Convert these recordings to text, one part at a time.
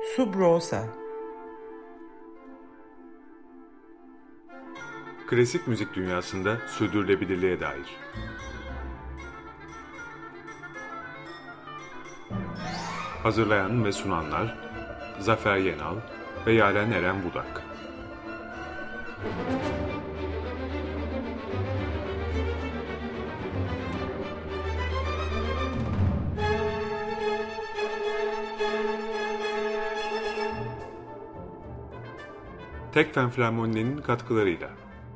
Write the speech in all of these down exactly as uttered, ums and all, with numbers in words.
Sub Rosa. Klasik müzik dünyasında sürdürülebilirliğe dair. Hazırlayan ve sunanlar Zafer Yenal ve Yaren Eren Budak. Tekfen Flamonli'nin katkılarıyla.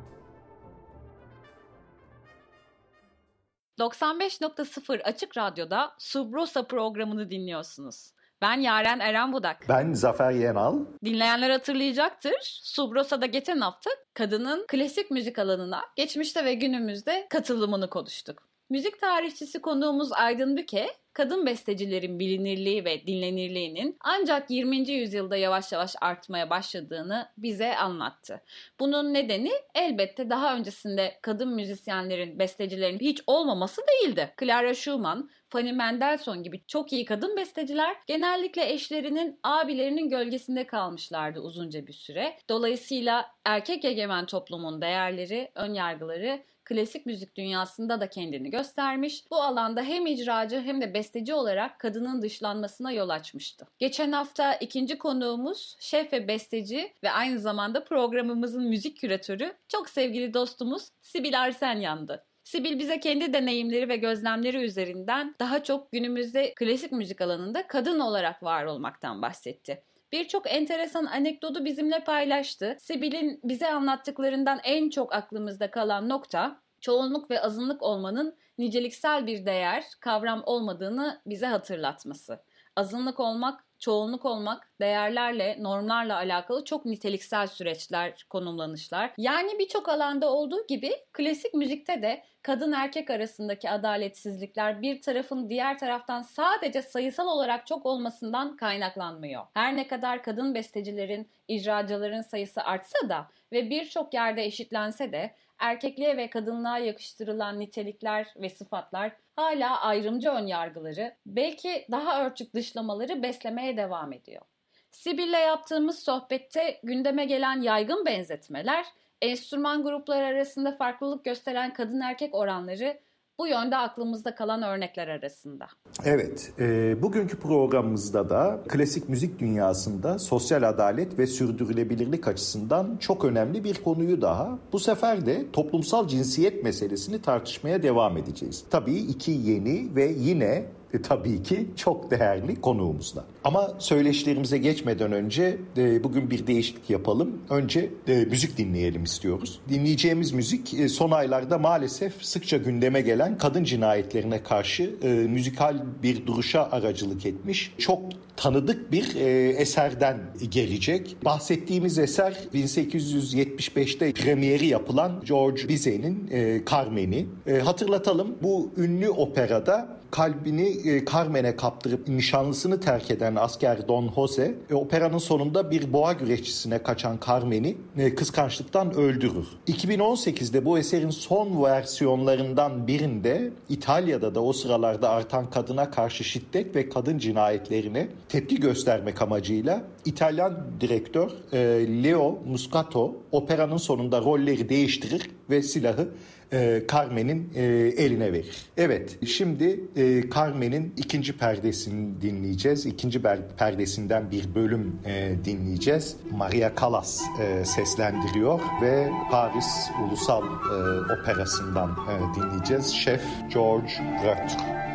doksan beş nokta sıfır Açık Radyo'da Sub Rosa programını dinliyorsunuz. Ben Yaren Eren Budak. Ben Zafer Yenal. Dinleyenler hatırlayacaktır. Sub Rosa'da geçen hafta kadının klasik müzik alanına geçmişte ve günümüzde katılımını konuştuk. Müzik tarihçisi konuğumuz Aydın Büke, kadın bestecilerin bilinirliği ve dinlenirliğinin ancak yirminci yüzyılda yavaş yavaş artmaya başladığını bize anlattı. Bunun nedeni elbette daha öncesinde kadın müzisyenlerin, bestecilerin hiç olmaması değildi. Clara Schumann, Fanny Mendelssohn gibi çok iyi kadın besteciler genellikle eşlerinin, abilerinin gölgesinde kalmışlardı uzunca bir süre. Dolayısıyla erkek egemen toplumun değerleri, önyargıları klasik müzik dünyasında da kendini göstermiş. Bu alanda hem icracı hem de besteci olarak kadının dışlanmasına yol açmıştı. Geçen hafta ikinci konuğumuz şef ve besteci ve aynı zamanda programımızın müzik küratörü çok sevgili dostumuz Sibil Arsenyan'dı. Sibil bize kendi deneyimleri ve gözlemleri üzerinden daha çok günümüzde klasik müzik alanında kadın olarak var olmaktan bahsetti. Birçok enteresan anekdotu bizimle paylaştı. Sibil'in bize anlattıklarından en çok aklımızda kalan nokta, çoğunluk ve azınlık olmanın niceliksel bir değer, kavram olmadığını bize hatırlatması. Azınlık olmak, çoğunluk olmak, değerlerle, normlarla alakalı çok niteliksel süreçler, konumlanışlar. Yani birçok alanda olduğu gibi klasik müzikte de kadın erkek arasındaki adaletsizlikler bir tarafın diğer taraftan sadece sayısal olarak çok olmasından kaynaklanmıyor. Her ne kadar kadın bestecilerin, icracıların sayısı artsa da ve birçok yerde eşitlense de erkekliğe ve kadınlığa yakıştırılan nitelikler ve sıfatlar hala ayrımcı önyargıları, belki daha örtük dışlamaları beslemeye devam ediyor. Sibel'le yaptığımız sohbette gündeme gelen yaygın benzetmeler, enstrüman grupları arasında farklılık gösteren kadın erkek oranları bu yönde aklımızda kalan örnekler arasında. Evet, e, bugünkü programımızda da klasik müzik dünyasında sosyal adalet ve sürdürülebilirlik açısından çok önemli bir konuyu daha. Bu sefer de toplumsal cinsiyet meselesini tartışmaya devam edeceğiz. Tabii iki yeni ve yine E, tabii ki çok değerli konuğumuzla. Ama söyleşilerimize geçmeden önce e, bugün bir değişiklik yapalım. Önce e, müzik dinleyelim istiyoruz. Dinleyeceğimiz müzik e, son aylarda maalesef sıkça gündeme gelen kadın cinayetlerine karşı e, müzikal bir duruşa aracılık etmiş. Çok tanıdık bir e, eserden gelecek. Bahsettiğimiz eser bin sekiz yüz yetmiş beşte premieri yapılan George Bizet'in e, Carmen'i. E, hatırlatalım, bu ünlü operada kalbini e, Carmen'e kaptırıp nişanlısını terk eden asker Don Jose, e, operanın sonunda bir boğa güreşçisine kaçan Carmen'i e, kıskançlıktan öldürür. iki bin on sekizde bu eserin son versiyonlarından birinde İtalya'da da o sıralarda artan kadına karşı şiddet ve kadın cinayetlerine tepki göstermek amacıyla İtalyan direktör e, Leo Muscato operanın sonunda rolleri değiştirir ve silahı e, Carmen'in e, eline verir. Evet, şimdi e, Carmen'in ikinci perdesini dinleyeceğiz. İkinci perdesinden bir bölüm e, dinleyeceğiz. Maria Callas e, seslendiriyor ve Paris Ulusal e, Operası'ndan e, dinleyeceğiz. Şef George Rötr.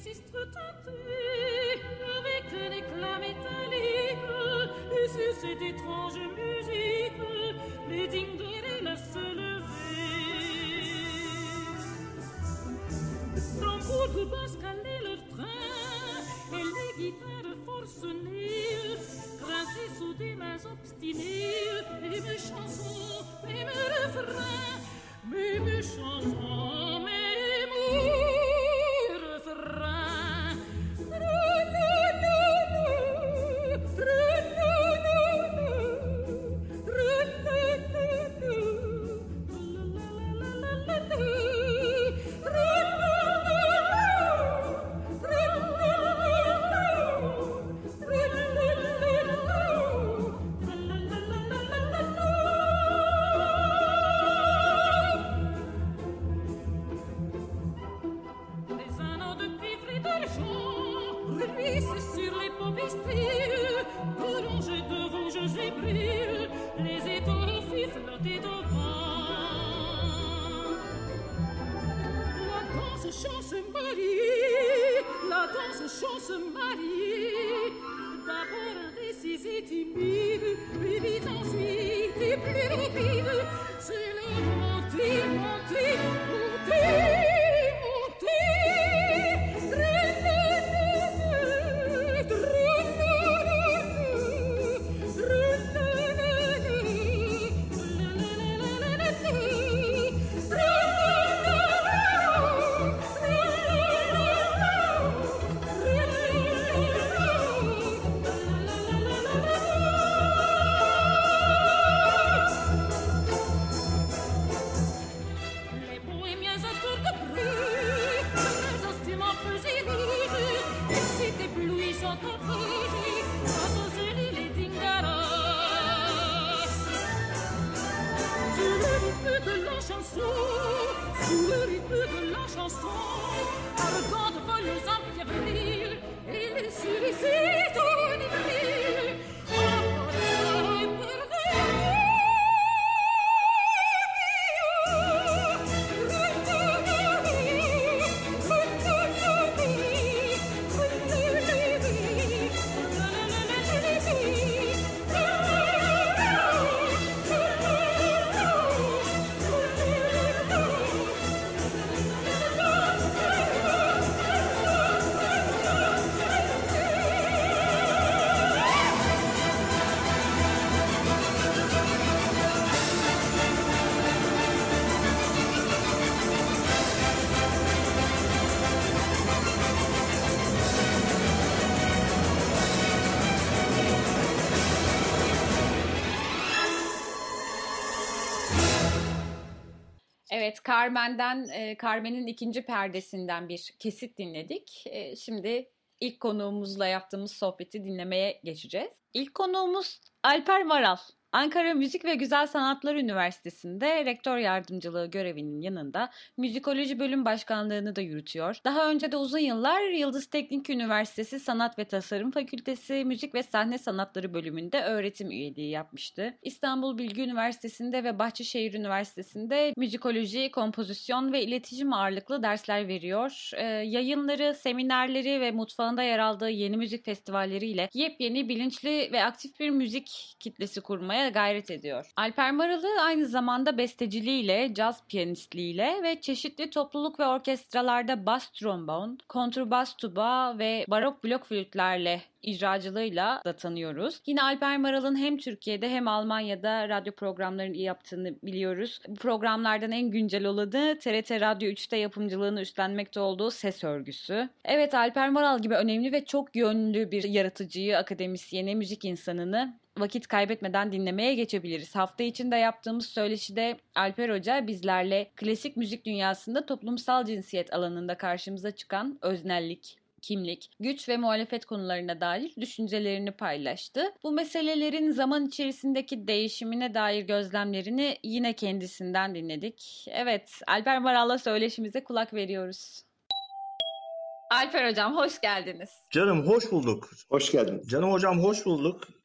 registres teintés avec un éclat métallique, et sur cette étrange musique, les dinglerilles se lever. Tambours basse calaient leur train, et les guitares forcenées grinçaient sous des mains obstinées, et mes chansons, et mes refrains, mais mes chansons, mes mots, refrains. Evet, Carmen'den, e, Carmen'in ikinci perdesinden bir kesit dinledik. E, şimdi ilk konuğumuzla yaptığımız sohbeti dinlemeye geçeceğiz. İlk konuğumuz Alper Maral. Ankara Müzik ve Güzel Sanatlar Üniversitesi'nde rektör yardımcılığı görevinin yanında müzikoloji bölüm başkanlığını da yürütüyor. Daha önce de uzun yıllar Yıldız Teknik Üniversitesi Sanat ve Tasarım Fakültesi Müzik ve Sahne Sanatları bölümünde öğretim üyeliği yapmıştı. İstanbul Bilgi Üniversitesi'nde ve Bahçeşehir Üniversitesi'nde müzikoloji, kompozisyon ve iletişim ağırlıklı dersler veriyor. Ee, yayınları, seminerleri ve mutfağında yer aldığı yeni müzik festivalleriyle yepyeni, bilinçli ve aktif bir müzik kitlesi kurmaya gayret ediyor. Alper Maral'ı aynı zamanda besteciliğiyle, caz piyanistliğiyle ve çeşitli topluluk ve orkestralarda bas trombon, kontrbas tuba ve barok blok flütlerle icracılığıyla da tanıyoruz. Yine Alper Maral'ın hem Türkiye'de hem Almanya'da radyo programlarını yaptığını biliyoruz. Bu programlardan en güncel olanı T R T Radyo üçte yapımcılığını üstlenmekte olduğu Ses Örgüsü. Evet, Alper Maral gibi önemli ve çok yönlü bir yaratıcıyı, akademisyeni, müzik insanını vakit kaybetmeden dinlemeye geçebiliriz. Hafta içinde yaptığımız söyleşide Alper Hoca bizlerle klasik müzik dünyasında toplumsal cinsiyet alanında karşımıza çıkan öznellik, kimlik, güç ve muhalefet konularına dair düşüncelerini paylaştı. Bu meselelerin zaman içerisindeki değişimine dair gözlemlerini yine kendisinden dinledik. Evet, Alper Maral'la söyleşimize kulak veriyoruz. Alper Hocam, hoş geldiniz. Canım hoş bulduk. Hoş geldin. Canım hocam hoş bulduk.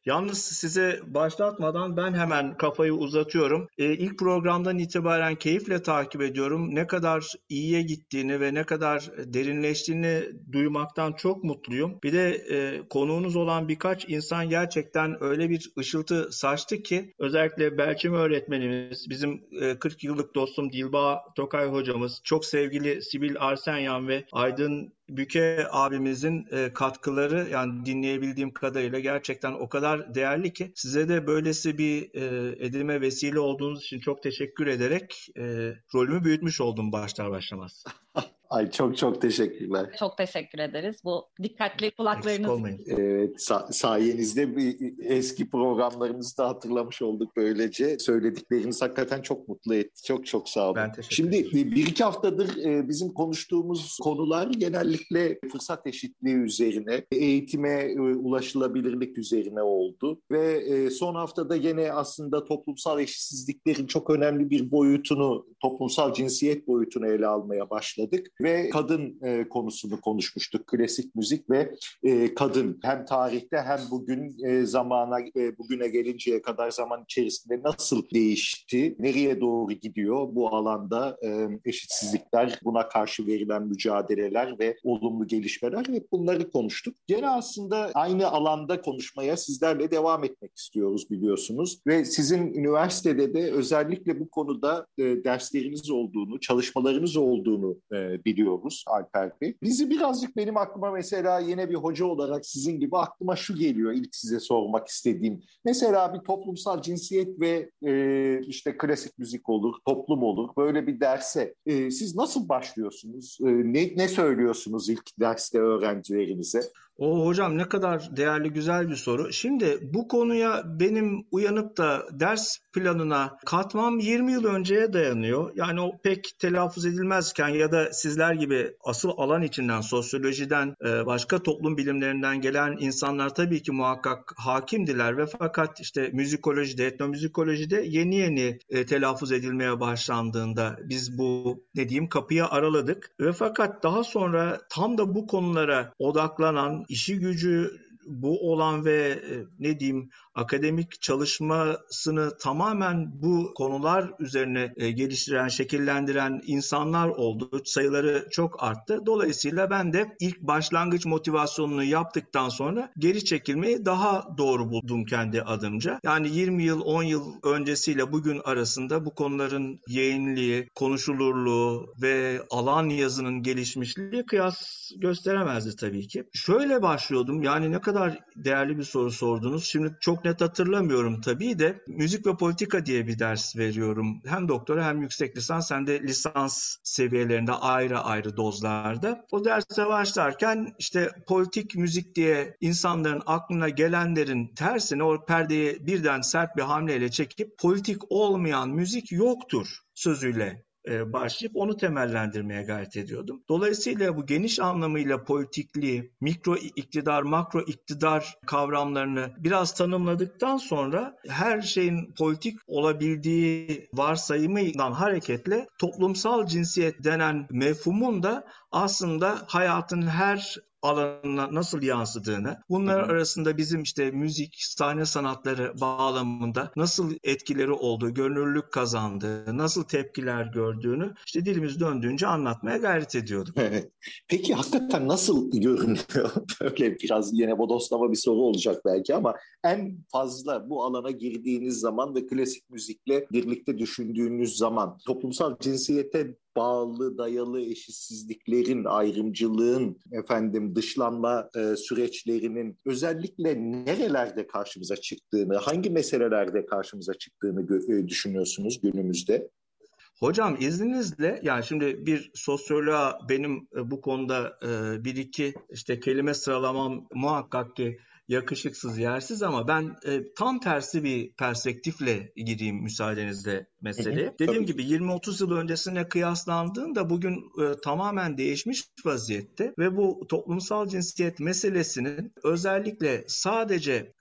Yalnız size başlatmadan ben hemen kafayı uzatıyorum. Ee, ilk programdan itibaren keyifle takip ediyorum. Ne kadar iyiye gittiğini ve ne kadar derinleştiğini duymaktan çok mutluyum. Bir de e, konuğunuz olan birkaç insan gerçekten öyle bir ışıltı saçtı ki, özellikle Belçim öğretmenimiz, bizim e, kırk yıllık dostum Dilba Tokay hocamız, çok sevgili Sibil Arsenyan ve Aydın Büke abimizin e, katkıları, yani dinleyebildiğim kadarıyla gerçekten o kadar değerli ki, size de böylesi bir e, edime vesile olduğunuz için çok teşekkür ederek e, rolümü büyütmüş oldum başlar başlamaz. Ay çok çok teşekkürler. Çok teşekkür ederiz. Bu dikkatli kulaklarınız. Evet, sa- sayenizde bir eski programlarımızı da hatırlamış olduk böylece. Söyledikleriniz hakikaten çok mutlu etti. Çok çok sağ olun. Ben teşekkür Şimdi ederim. bir iki haftadır bizim konuştuğumuz konular genellikle fırsat eşitliği üzerine, eğitime ulaşılabilirlik üzerine oldu. Ve son haftada gene aslında toplumsal eşitsizliklerin çok önemli bir boyutunu, toplumsal cinsiyet boyutunu ele almaya başladık. Ve kadın e, konusunu konuşmuştuk. Klasik müzik ve e, kadın hem tarihte hem bugün e, zamana e, bugüne gelinceye kadar zaman içerisinde nasıl değişti, nereye doğru gidiyor bu alanda e, eşitsizlikler, buna karşı verilen mücadeleler ve olumlu gelişmeler, hep bunları konuştuk. Gene aslında aynı alanda konuşmaya sizlerle devam etmek istiyoruz, biliyorsunuz. Ve sizin üniversitede de özellikle bu konuda e, dersleriniz olduğunu, çalışmalarınız olduğunu e, biliyoruz Alper Bey. Bizi birazcık, benim aklıma mesela yine bir hoca olarak sizin gibi aklıma şu geliyor ilk size sormak istediğim. Mesela bir toplumsal cinsiyet ve e, işte klasik müzik olur, toplum olur, böyle bir derse e, siz nasıl başlıyorsunuz? E, ne, ne söylüyorsunuz ilk derste öğrencilerinize? O hocam, ne kadar değerli, güzel bir soru. Şimdi bu konuya benim uyanıp da ders planına katmam yirmi yıl önceye dayanıyor. Yani o pek telaffuz edilmezken ya da sizler gibi asıl alan içinden, sosyolojiden, başka toplum bilimlerinden gelen insanlar tabii ki muhakkak hakimdiler ve fakat işte müzikolojide, etnomüzikolojide yeni yeni telaffuz edilmeye başlandığında biz bu, ne diyeyim, kapıyı araladık ve fakat daha sonra tam da bu konulara odaklanan, işi gücü bu olan ve ne diyeyim akademik çalışmasını tamamen bu konular üzerine geliştiren, şekillendiren insanlar oldu. Sayıları çok arttı. Dolayısıyla ben de ilk başlangıç motivasyonunu yaptıktan sonra geri çekilmeyi daha doğru buldum kendi adımca. Yani yirmi yıl, on yıl öncesiyle bugün arasında bu konuların yayınlığı, konuşulurluğu ve alan yazının gelişmişliği kıyas gösteremezdi tabii ki. Şöyle başlıyordum, yani ne kadar değerli bir soru sordunuz. Şimdi çok net hatırlamıyorum tabii de, müzik ve politika diye bir ders veriyorum. Hem doktora hem yüksek lisans hem de lisans seviyelerinde ayrı ayrı dozlarda. O derse başlarken işte politik müzik diye insanların aklına gelenlerin tersine o perdeyi birden sert bir hamleyle çekip politik olmayan müzik yoktur sözüyle başlayıp onu temellendirmeye gayret ediyordum. Dolayısıyla bu geniş anlamıyla politikliği, mikro iktidar, makro iktidar kavramlarını biraz tanımladıktan sonra her şeyin politik olabildiği varsayımından hareketle toplumsal cinsiyet denen mefhumun da aslında hayatın her alanına nasıl yansıdığını, bunlar Hı-hı. arasında bizim işte müzik, sahne sanatları bağlamında nasıl etkileri olduğu, görünürlük kazandığı, nasıl tepkiler gördüğünü işte dilimiz döndüğünce anlatmaya gayret ediyordum. Evet. Peki hakikaten nasıl görünüyor? Böyle biraz yine bodoslama bir soru olacak belki ama en fazla bu alana girdiğiniz zaman ve klasik müzikle birlikte düşündüğünüz zaman toplumsal cinsiyete bağlı, dayalı eşitsizliklerin, ayrımcılığın, efendim dışlanma e, süreçlerinin özellikle nerelerde karşımıza çıktığını, hangi meselelerde karşımıza çıktığını gö- e, düşünüyorsunuz günümüzde? Hocam izninizle, yani şimdi bir sosyoloğa benim bu konuda e, bir iki işte kelime sıralamam muhakkak ki yakışıksız, yersiz ama ben e, tam tersi bir perspektifle gireyim müsaadenizle meseleye. Hı hı, Dediğim gibi yirmi otuz yıl öncesine kıyaslandığında bugün e, tamamen değişmiş vaziyette ve bu toplumsal cinsiyet meselesinin özellikle sadece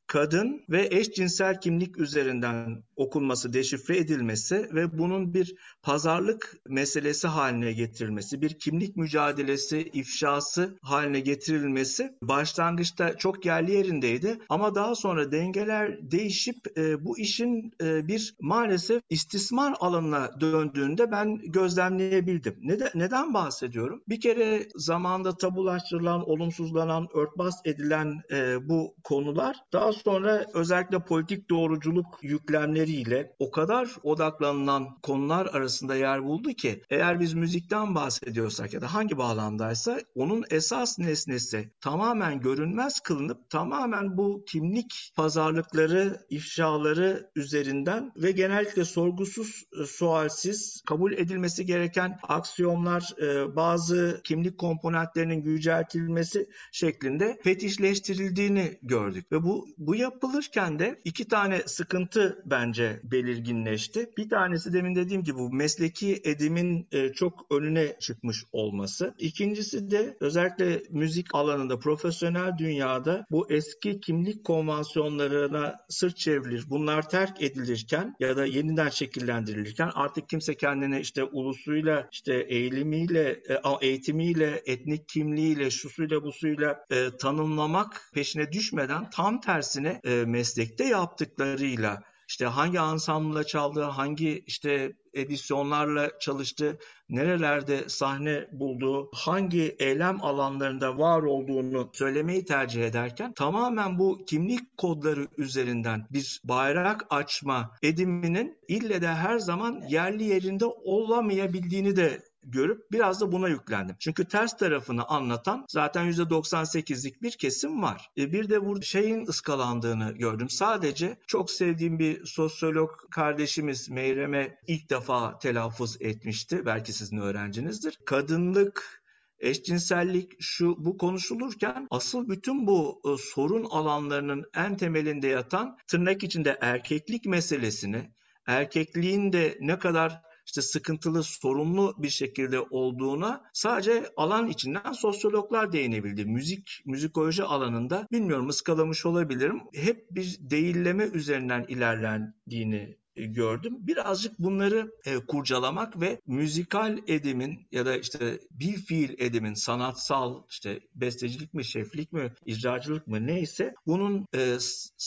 kadın ve eşcinsel kimlik üzerinden okunması, deşifre edilmesi ve bunun bir pazarlık meselesi haline getirilmesi, bir kimlik mücadelesi, ifşası haline getirilmesi başlangıçta çok yerli yerindeydi. Ama daha sonra dengeler değişip e, bu işin e, bir maalesef istismar alanına döndüğünde ben gözlemleyebildim. Neden, neden bahsediyorum? Bir kere zamanda tabulaştırılan, olumsuzlanan, örtbas edilen e, bu konular daha sonra özellikle politik doğruculuk yüklemleriyle o kadar odaklanılan konular arasında yer buldu ki eğer biz müzikten bahsediyorsak ya da hangi bağlamdaysa onun esas nesnesi tamamen görünmez kılınıp tamamen bu kimlik pazarlıkları, ifşaları üzerinden ve genellikle sorgusuz, sualsiz kabul edilmesi gereken aksiyonlar, bazı kimlik komponentlerinin yüceltilmesi şeklinde fetişleştirildiğini gördük. Ve bu bu yapılırken de iki tane sıkıntı bence belirginleşti. Bir tanesi demin dediğim gibi bu mesleki edimin çok önüne çıkmış olması. İkincisi de özellikle müzik alanında, profesyonel dünyada bu eski kimlik konvansiyonlarına sırt çevrilir, bunlar terk edilirken ya da yeniden şekillendirilirken artık kimse kendini işte ulusuyla, işte eğilimiyle, eğitimiyle, etnik kimliğiyle, şusuyla busuyla e, tanımlamak peşine düşmeden tam tersine e, meslekte yaptıklarıyla, işte hangi ansambla çaldığı, hangi işte edisyonlarla çalıştığı, nerelerde sahne bulduğu, hangi eylem alanlarında var olduğunu söylemeyi tercih ederken tamamen bu kimlik kodları üzerinden bir bayrak açma ediminin ille de her zaman yerli yerinde olamayabildiğini de görüp biraz da buna yüklendim. Çünkü ters tarafını anlatan zaten yüzde doksan sekizlik bir kesim var. E bir de burada şeyin ıskalandığını gördüm. Sadece çok sevdiğim bir sosyolog kardeşimiz Meyrem'e ilk defa telaffuz etmişti. Belki sizin öğrencinizdir. Kadınlık, eşcinsellik şu bu konuşulurken asıl bütün bu e, sorun alanlarının en temelinde yatan tırnak içinde erkeklik meselesini, erkekliğin de ne kadar işte sıkıntılı, sorunlu bir şekilde olduğuna sadece alan içinden sosyologlar değinebildi. Müzik, müzikoloji alanında bilmiyorum ıskalamış olabilirim. Hep bir değilleme üzerinden ilerlendiğini gördüm. Birazcık bunları e, kurcalamak ve müzikal edimin ya da işte bir fiil edimin sanatsal işte bestecilik mi, şeflik mi, icracılık mı neyse bunun e,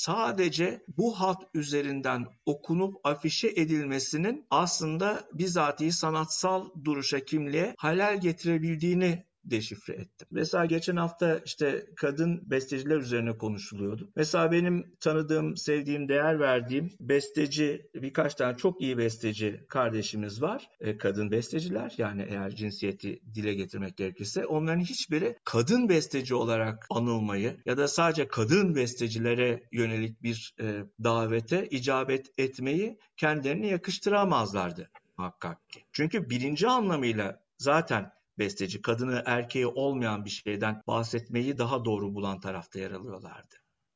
sadece bu hat üzerinden okunup afişe edilmesinin aslında bizatihi sanatsal duruşa, kimliğe halel getirebildiğini deşifre ettim. Mesela geçen hafta işte kadın besteciler üzerine konuşuluyordu. Mesela benim tanıdığım, sevdiğim, değer verdiğim besteci, birkaç tane çok iyi besteci kardeşimiz var. E, kadın besteciler, yani eğer cinsiyeti dile getirmek gerekirse onların hiçbiri kadın besteci olarak anılmayı ya da sadece kadın bestecilere yönelik bir e, davete icabet etmeyi kendilerine yakıştıramazlardı muhakkak ki. Çünkü birinci anlamıyla zaten besteci, kadını erkeği olmayan bir şeyden bahsetmeyi daha doğru bulan tarafta yer alıyorlardı.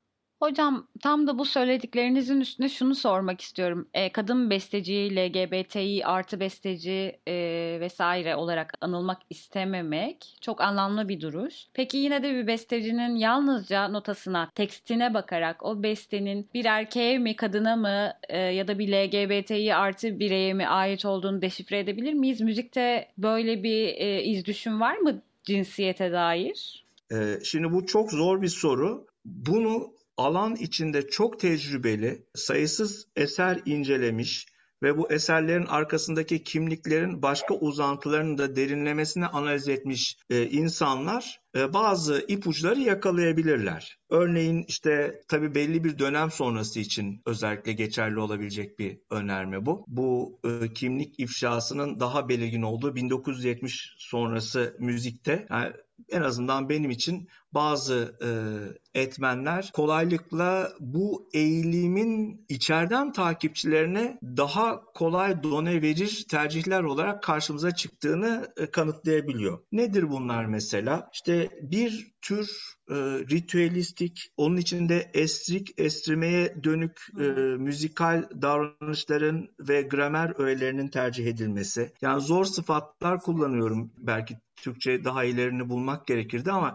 Hocam tam da bu söylediklerinizin üstüne şunu sormak istiyorum. E, kadın besteci, L G B T İ artı besteci e, vesaire olarak anılmak istememek çok anlamlı bir duruş. Peki yine de bir bestecinin yalnızca notasına, tekstine bakarak o bestenin bir erkeğe mi, kadına mı e, ya da bir L G B T İ artı bireye mi ait olduğunu deşifre edebilir miyiz? Müzikte böyle bir e, iz düşüm var mı cinsiyete dair? E, şimdi bu çok zor bir soru. Bunu alan içinde çok tecrübeli, sayısız eser incelemiş ve bu eserlerin arkasındaki kimliklerin başka uzantılarını da derinlemesine analiz etmiş e, insanlar e, bazı ipuçları yakalayabilirler. Örneğin işte tabii belli bir dönem sonrası için özellikle geçerli olabilecek bir önerme bu. Bu e, kimlik ifşasının daha belirgin olduğu bin dokuz yüz yetmiş sonrası müzikte, yani en azından benim için bazı e, etmenler kolaylıkla bu eğilimin içeriden takipçilerine daha kolay done verir tercihler olarak karşımıza çıktığını e, kanıtlayabiliyor. Nedir bunlar mesela? İşte bir tür e, ritüelistik, onun içinde estrik, estrimeye dönük e, müzikal davranışların ve gramer öğelerinin tercih edilmesi. Yani zor sıfatlar kullanıyorum. Belki Türkçe daha iyilerini bulmak gerekirdi ama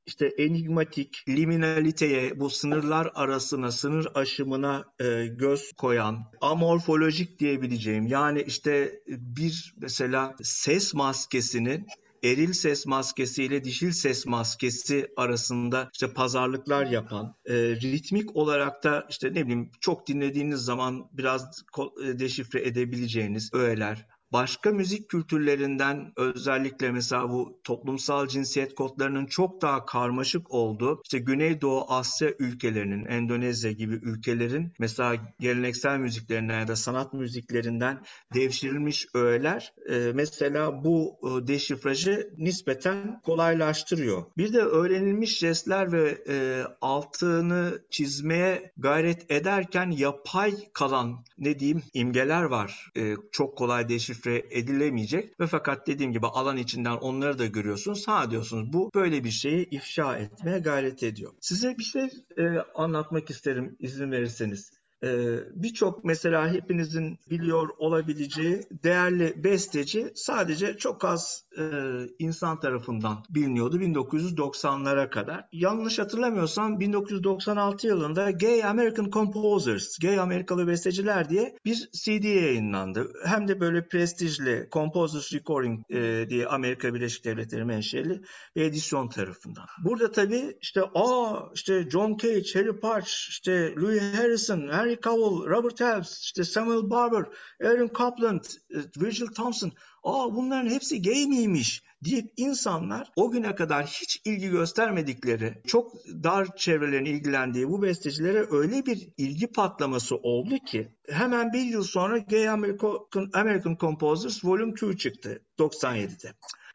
işte enigmatik, liminaliteye, bu sınırlar arasına, sınır aşımına e, göz koyan, amorfolojik diyebileceğim, yani işte bir mesela ses maskesinin eril ses maskesi ile dişil ses maskesi arasında işte pazarlıklar yapan, e, ritmik olarak da işte ne bileyim çok dinlediğiniz zaman biraz deşifre edebileceğiniz öğeler. Başka müzik kültürlerinden özellikle mesela bu toplumsal cinsiyet kodlarının çok daha karmaşık olduğu işte Güneydoğu Asya ülkelerinin, Endonezya gibi ülkelerin mesela geleneksel müziklerinden ya da sanat müziklerinden devşirilmiş öğeler e, mesela bu e, deşifrajı nispeten kolaylaştırıyor. Bir de öğrenilmiş jestler ve e, altını çizmeye gayret ederken yapay kalan ne diyeyim imgeler var. E, çok kolay deşifre edilemeyecek ve fakat dediğim gibi alan içinden onları da görüyorsunuz. Ha diyorsunuz bu böyle bir şeyi ifşa etmeye gayret ediyor. Size bir şey e, anlatmak isterim izin verirseniz. Ee, birçok mesela hepinizin biliyor olabileceği değerli besteci sadece çok az e, insan tarafından biliniyordu bin dokuz yüz doksanlara kadar. Yanlış hatırlamıyorsam bin dokuz yüz doksan altı yılında Gay American Composers, Gay Amerikalı Besteciler diye bir C D yayınlandı. Hem de böyle prestijli Composers Recording e, diye Amerika Birleşik Devletleri menşeli bir edisyon tarafından. Burada tabii işte aa işte John Cage, Harry Partch, işte Louis Harrison, Henry Cowell, Robert Helms, işte Samuel Barber, Aaron Copland, Virgil Thompson, aa bunların hepsi gay miymiş deyip insanlar o güne kadar hiç ilgi göstermedikleri, çok dar çevrelerin ilgilendiği bu bestecilere öyle bir ilgi patlaması oldu ki hemen bir yıl sonra Gay American, American Composers Volume iki çıktı doksan yedide.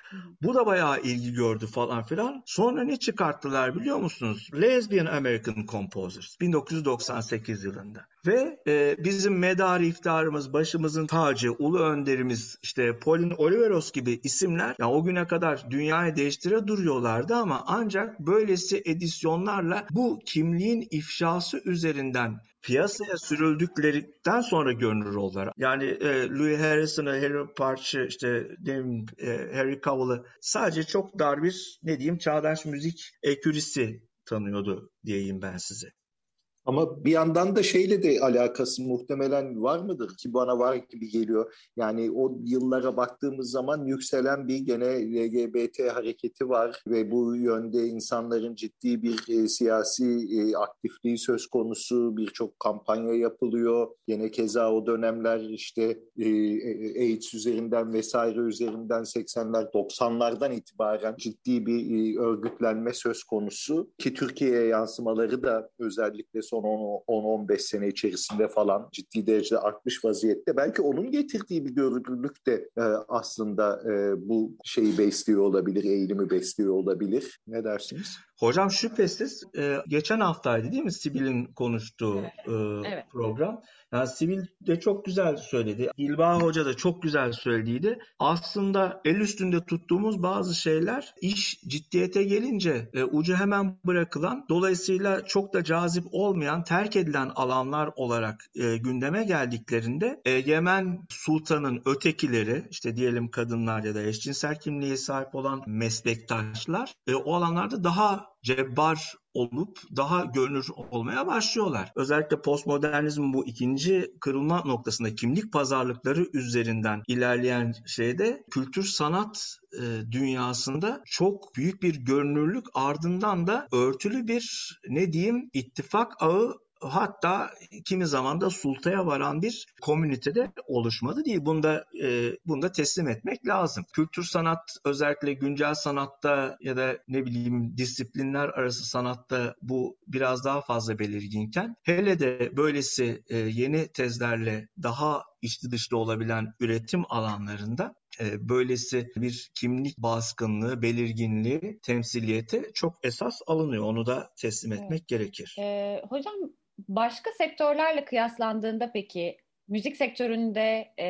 Bu da bayağı ilgi gördü falan filan. Sonra ne çıkarttılar biliyor musunuz? Lesbian American Composers bin dokuz yüz doksan sekiz yılında. Ve e, bizim medarı iftiharımız, başımızın tacı, ulu önderimiz işte Pauline Oliveros gibi isimler yani o güne kadar dünyayı değiştire duruyorlardı ama ancak böylesi edisyonlarla bu kimliğin ifşası üzerinden piyasaya sürüldüklerden sonra görünür oldular. Yani e, Louis Harrison'ı, Harry Partch'ı, işte diyeyim, e, Harry Cowell'ı sadece çok dar bir ne diyeyim çağdaş müzik ekürisi tanıyordu diyeyim ben size. Ama bir yandan da şeyle de alakası muhtemelen var mıdır ki bana var gibi geliyor. Yani o yıllara baktığımız zaman yükselen bir gene L G B T hareketi var ve bu yönde insanların ciddi bir e, siyasi e, aktifliği söz konusu, birçok kampanya yapılıyor. Gene keza o dönemler işte e, AIDS üzerinden vesaire üzerinden seksenler doksanlardan itibaren ciddi bir e, örgütlenme söz konusu ki Türkiye'ye yansımaları da özellikle son on on beş sene içerisinde falan ciddi derecede artmış vaziyette. Belki onun getirdiği bir görünürlük de e, aslında e, bu şeyi besliyor olabilir, eğilimi besliyor olabilir. Ne dersiniz? Hocam şüphesiz e, geçen haftaydı değil mi Sibel'in konuştuğu e, evet. program? Yani Sibel de çok güzel söyledi. İlba Hoca da çok güzel söylediydi. Aslında el üstünde tuttuğumuz bazı şeyler iş ciddiyete gelince e, ucu hemen bırakılan, dolayısıyla çok da cazip olmayan, terk edilen alanlar olarak e, gündeme geldiklerinde Egemen Sultan'ın ötekileri, işte diyelim kadınlar ya da eşcinsel kimliğe sahip olan meslektaşlar e, o alanlarda daha cebbar olup daha görünür olmaya başlıyorlar. Özellikle postmodernizmin bu ikinci kırılma noktasında kimlik pazarlıkları üzerinden ilerleyen şeyde kültür sanat e, dünyasında çok büyük bir görünürlük, ardından da örtülü bir ne diyeyim ittifak ağı, hatta kimi zaman da sultaya varan bir komünitede oluşmadı değil. Bunda e, bunda teslim etmek lazım. Kültür sanat, özellikle güncel sanatta ya da ne bileyim disiplinler arası sanatta bu biraz daha fazla belirginken, hele de böylesi e, yeni tezlerle daha içli dışlı olabilen üretim alanlarında e, böylesi bir kimlik baskınlığı, belirginliği, temsiliyeti çok esas alınıyor. Onu da teslim etmek evet. gerekir. Ee, hocam başka sektörlerle kıyaslandığında peki müzik sektöründe e,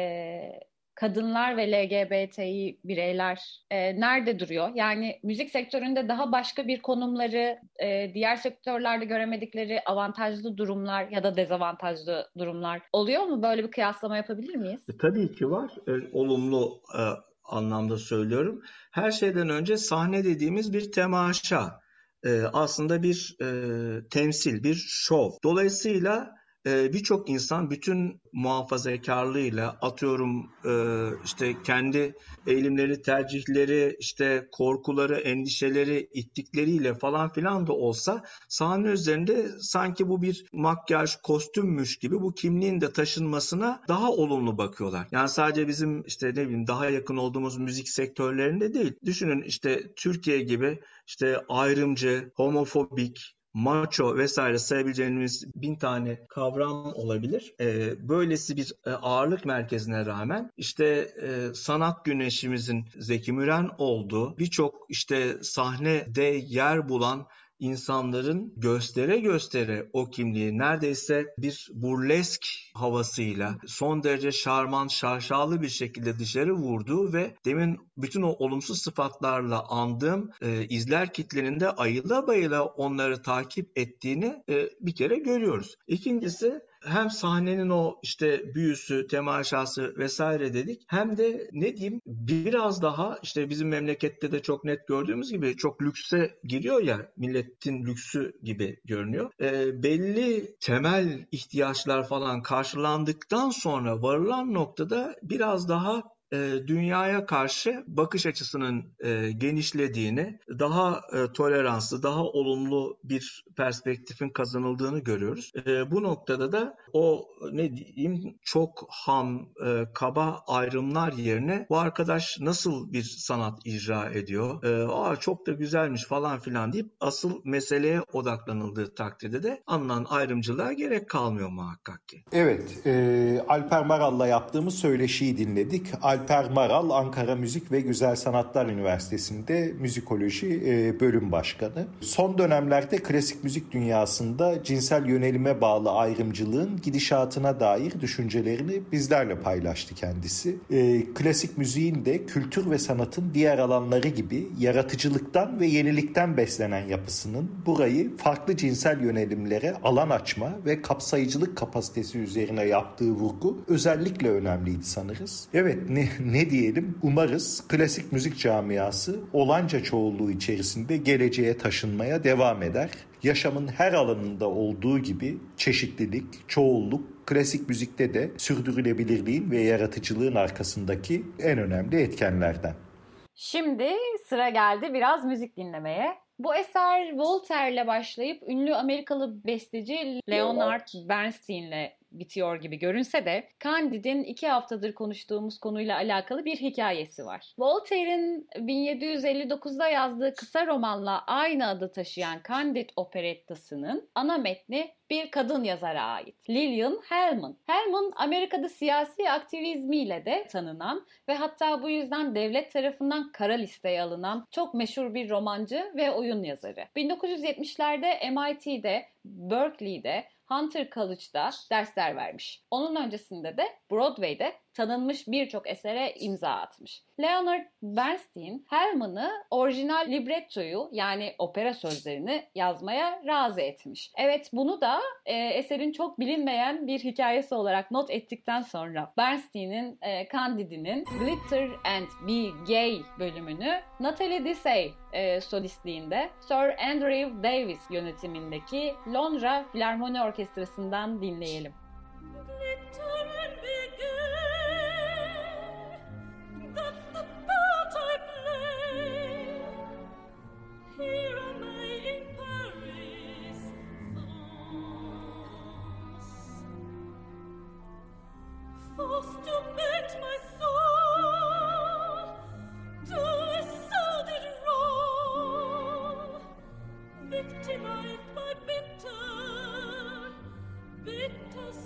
kadınlar ve L G B T İ bireyler e, nerede duruyor? Yani müzik sektöründe daha başka bir konumları, e, diğer sektörlerde göremedikleri avantajlı durumlar ya da dezavantajlı durumlar oluyor mu? Böyle bir kıyaslama yapabilir miyiz? E, tabii ki var. E, olumlu e, anlamda söylüyorum. Her şeyden önce sahne dediğimiz bir temaşa. e, aslında bir e, temsil, bir şov. Dolayısıyla e, birçok insan bütün muhafazakarlığıyla, atıyorum e, işte kendi eğilimleri, tercihleri, işte korkuları, endişeleri, ittikleriyle falan filan da olsa sahne üzerinde sanki bu bir makyaj, kostümmüş gibi bu kimliğin de taşınmasına daha olumlu bakıyorlar. Yani sadece bizim işte ne bileyim daha yakın olduğumuz müzik sektörlerinde değil. Düşünün işte Türkiye gibi işte ayrımcı, homofobik, macho vesaire sayabileceğimiz bin tane kavram olabilir. Ee, böylesi bir e, ağırlık merkezine rağmen işte e, sanat güneşimizin Zeki Müren olduğu, birçok işte sahnede yer bulan insanların göstere göstere o kimliği neredeyse bir burlesk havasıyla son derece şarman, şaşalı bir şekilde dışarı vurduğu ve demin bütün o olumsuz sıfatlarla andığım e, izler kitlenin de ayıla bayıla onları takip ettiğini e, bir kere görüyoruz. İkincisi hem sahnenin o işte büyüsü, temaşası vesaire dedik. Hem de ne diyeyim biraz daha işte bizim memlekette de çok net gördüğümüz gibi çok lükse giriyor ya, milletin lüksü gibi görünüyor. E, belli temel ihtiyaçlar falan karşılandıktan sonra varılan noktada biraz daha dünyaya karşı bakış açısının e, genişlediğini, daha e, toleranslı, daha olumlu bir perspektifin kazanıldığını görüyoruz. E, bu noktada da o ne diyeyim çok ham, e, kaba ayrımlar yerine bu arkadaş nasıl bir sanat icra ediyor, e, aa çok da güzelmiş falan filan deyip asıl meseleye odaklanıldığı takdirde de alınan ayrımcılığa gerek kalmıyor muhakkak ki. Evet, e, Alper Maral'la yaptığımız söyleşiyi dinledik. Alper Maral, Ankara Müzik ve Güzel Sanatlar Üniversitesi'nde müzikoloji e, bölüm başkanı. Son dönemlerde klasik müzik dünyasında cinsel yönelime bağlı ayrımcılığın gidişatına dair düşüncelerini bizlerle paylaştı kendisi. E, klasik müziğin de kültür ve sanatın diğer alanları gibi yaratıcılıktan ve yenilikten beslenen yapısının burayı farklı cinsel yönelimlere alan açma ve kapsayıcılık kapasitesi üzerine yaptığı vurgu özellikle önemliydi sanırız. Evet, ne, ne diyelim? Umarız klasik müzik camiası olanca çoğulluğu içerisinde geleceğe taşınmaya devam eder. Yaşamın her alanında olduğu gibi çeşitlilik, çoğulluk, klasik müzikte de sürdürülebilirliğin ve yaratıcılığın arkasındaki en önemli etkenlerden. Şimdi sıra geldi biraz müzik dinlemeye. Bu eser Voltaire'le başlayıp ünlü Amerikalı besteci Leonard Bernstein'le bitiyor gibi görünse de Candide'in iki haftadır konuştuğumuz konuyla alakalı bir hikayesi var. Voltaire'in bin yedi yüz elli dokuzda yazdığı kısa romanla aynı adı taşıyan Candide operettasının ana metni bir kadın yazara ait. Lillian Hellman. Hellman Amerika'da siyasi aktivizmiyle de tanınan ve hatta bu yüzden devlet tarafından kara listeye alınan çok meşhur bir romancı ve oyun yazarı. bin dokuz yüz yetmişlerde M I T'de, Berkeley'de, Hunter College'da dersler vermiş. Onun öncesinde de Broadway'de tanınmış birçok esere imza atmış. Leonard Bernstein, Hellman'ı orijinal librettoyu yani opera sözlerini yazmaya razı etmiş. Evet, bunu da e, eserin çok bilinmeyen bir hikayesi olarak not ettikten sonra Bernstein'in e, Candide'nin Glitter and Be Gay bölümünü Nathalie Dessay e, solistliğinde Sir Andrew Davis yönetimindeki Londra Filarmoni Orkestrası'ndan dinleyelim. Forced to bend my soul to a sordid role, victimized by bitter, bitter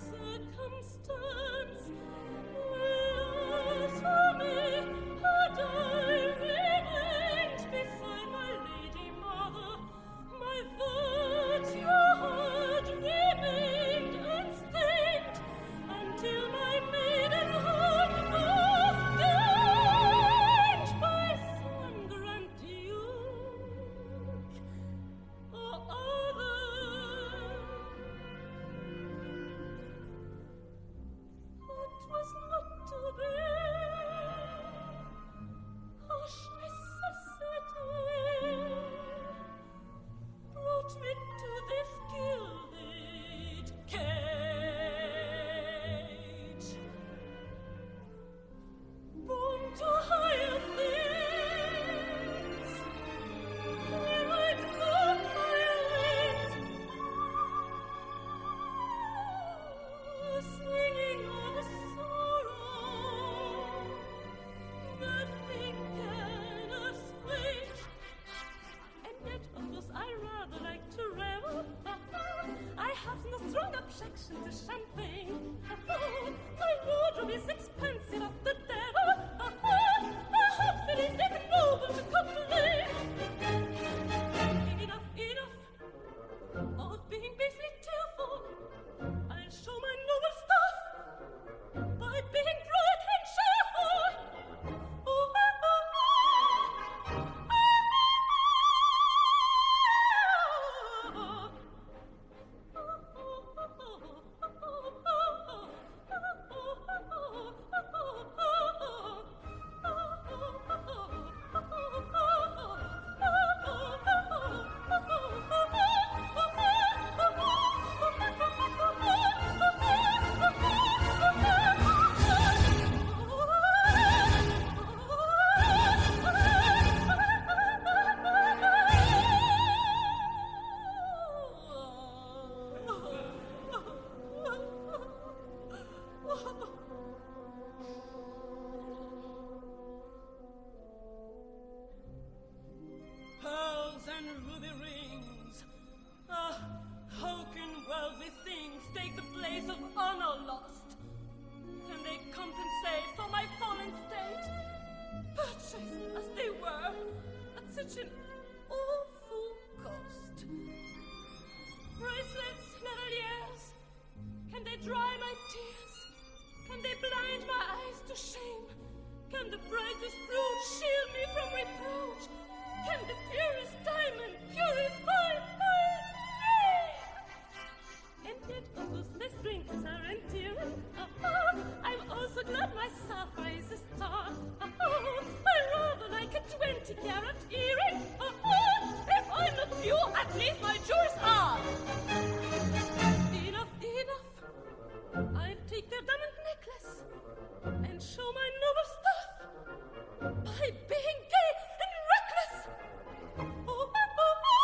and show my noble stuff by being gay and reckless. Oh, oh, oh, oh.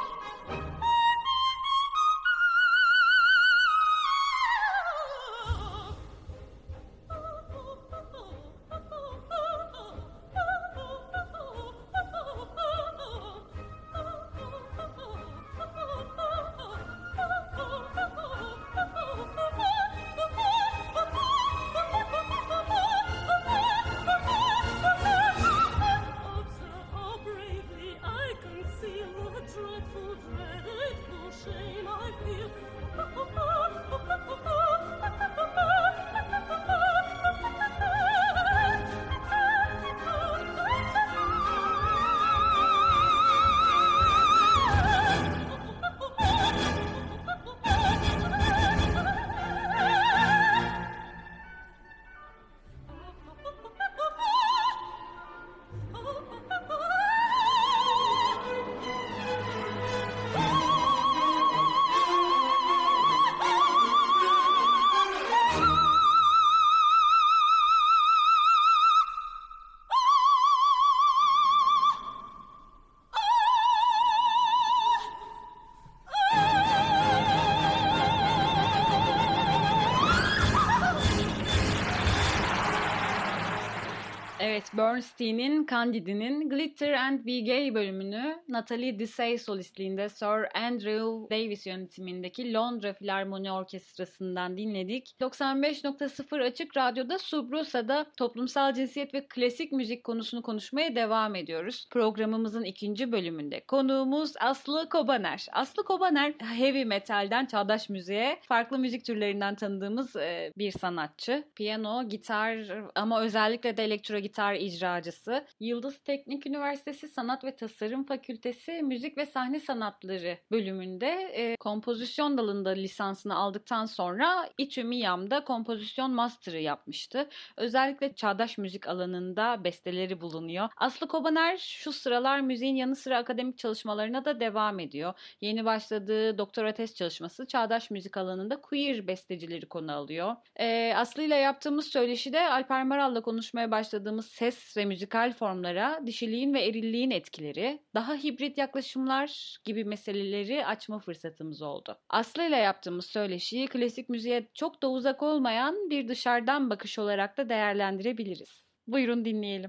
Observe how bravely I conceal the dreadful, dreadful shame I feel. Evet, Bernstein'in Candide'nin Glitter and Be Gay bölümünü Nathalie Dessay solistliğinde Sir Andrew Davis yönetimindeki Londra Filarmoni Orkestrası'ndan dinledik. doksan beş nokta sıfır Açık Radyo'da Subrusa'da toplumsal cinsiyet ve klasik müzik konusunu konuşmaya devam ediyoruz. Programımızın ikinci bölümünde konuğumuz Aslı Kobaner. Aslı Kobaner heavy metalden çağdaş müziğe farklı müzik türlerinden tanıdığımız e, bir sanatçı. Piyano, gitar ama özellikle de elektro gitar icracısı. Yıldız Teknik Üniversitesi Sanat ve Tasarım Fakültesi Müzik ve Sahne Sanatları bölümünde e, kompozisyon dalında lisansını aldıktan sonra İTÜ MİAM'da kompozisyon master'ı yapmıştı. Özellikle çağdaş müzik alanında besteleri bulunuyor. Aslı Kobaner şu sıralar müziğin yanı sıra akademik çalışmalarına da devam ediyor. Yeni başladığı doktora tez çalışması çağdaş müzik alanında queer bestecileri konu alıyor. E, Aslı ile yaptığımız söyleşide Alper Maral'la konuşmaya başladığımız ses ve müzikal formlara dişiliğin ve erilliğin etkileri, daha hibrit yaklaşımlar gibi meseleleri açma fırsatımız oldu. Aslı ile yaptığımız söyleşiyi klasik müziğe çok da uzak olmayan bir dışarıdan bakış olarak da değerlendirebiliriz. Buyurun dinleyelim.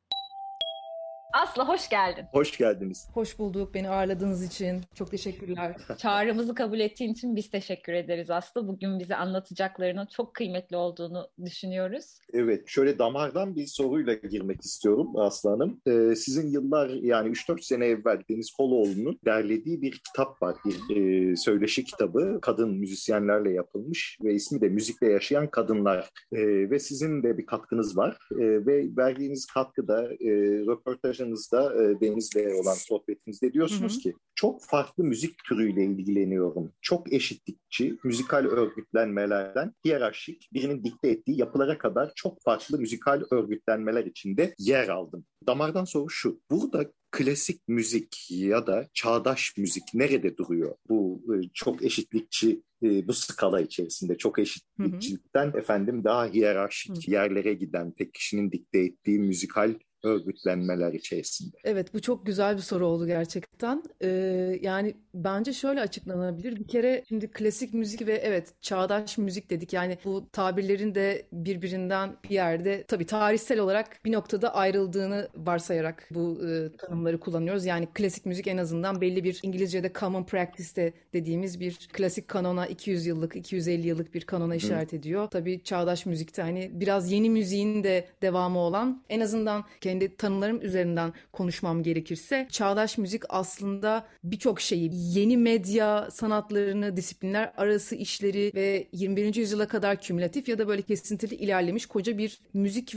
Aslı hoş geldin. Hoş geldiniz. Hoş bulduk. Beni ağırladığınız için çok teşekkürler. Çağrımızı kabul ettiğin için biz teşekkür ederiz Aslı. Bugün bize anlatacaklarının çok kıymetli olduğunu düşünüyoruz. Evet, şöyle damardan bir soruyla girmek istiyorum Aslı Hanım. Ee, sizin yıllar yani üç dört sene evvel Deniz Koloğlu'nun derlediği bir kitap var. Bir e, söyleşi kitabı. Kadın müzisyenlerle yapılmış ve ismi de Müzikle Yaşayan Kadınlar. E, ve sizin de bir katkınız var. E, ve verdiğiniz katkıda e, röportajınızda e, Deniz'le olan sohbetinizde diyorsunuz hı hı. ki çok farklı müzik türüyle ilgileniyorum. Çok eşitlikçi, müzikal örgütlenmelerden hiyerarşik, birinin dikte ettiği yapılara kadar çok farklı müzikal örgütlenmeler içinde yer aldım. Damardan soru şu, burada klasik müzik ya da çağdaş müzik nerede duruyor? Bu çok eşitlikçi, bu skala içerisinde çok eşitlikçilikten hı hı. efendim daha hiyerarşik hı. yerlere giden, tek kişinin dikte ettiği müzikal örgütlenmeler içerisinde. Evet, bu çok güzel bir soru oldu gerçekten. Ee, yani bence şöyle açıklanabilir. Bir kere şimdi klasik müzik ve evet çağdaş müzik dedik. Yani bu tabirlerin de birbirinden bir yerde tabii tarihsel olarak bir noktada ayrıldığını varsayarak bu e, tanımları kullanıyoruz. Yani klasik müzik en azından belli bir İngilizce'de common practice dediğimiz bir klasik kanona iki yüz yıllık, iki yüz elli yıllık bir kanona işaret Hı. ediyor. Tabii çağdaş müzikte hani biraz yeni müziğin de devamı olan en azından kendi tanımlarım üzerinden konuşmam gerekirse çağdaş müzik aslında birçok şeyi, yeni medya sanatlarını, disiplinler arası işleri ve yirmi birinci yüzyıla kadar kümülatif ya da böyle kesintili ilerlemiş koca bir müzik ve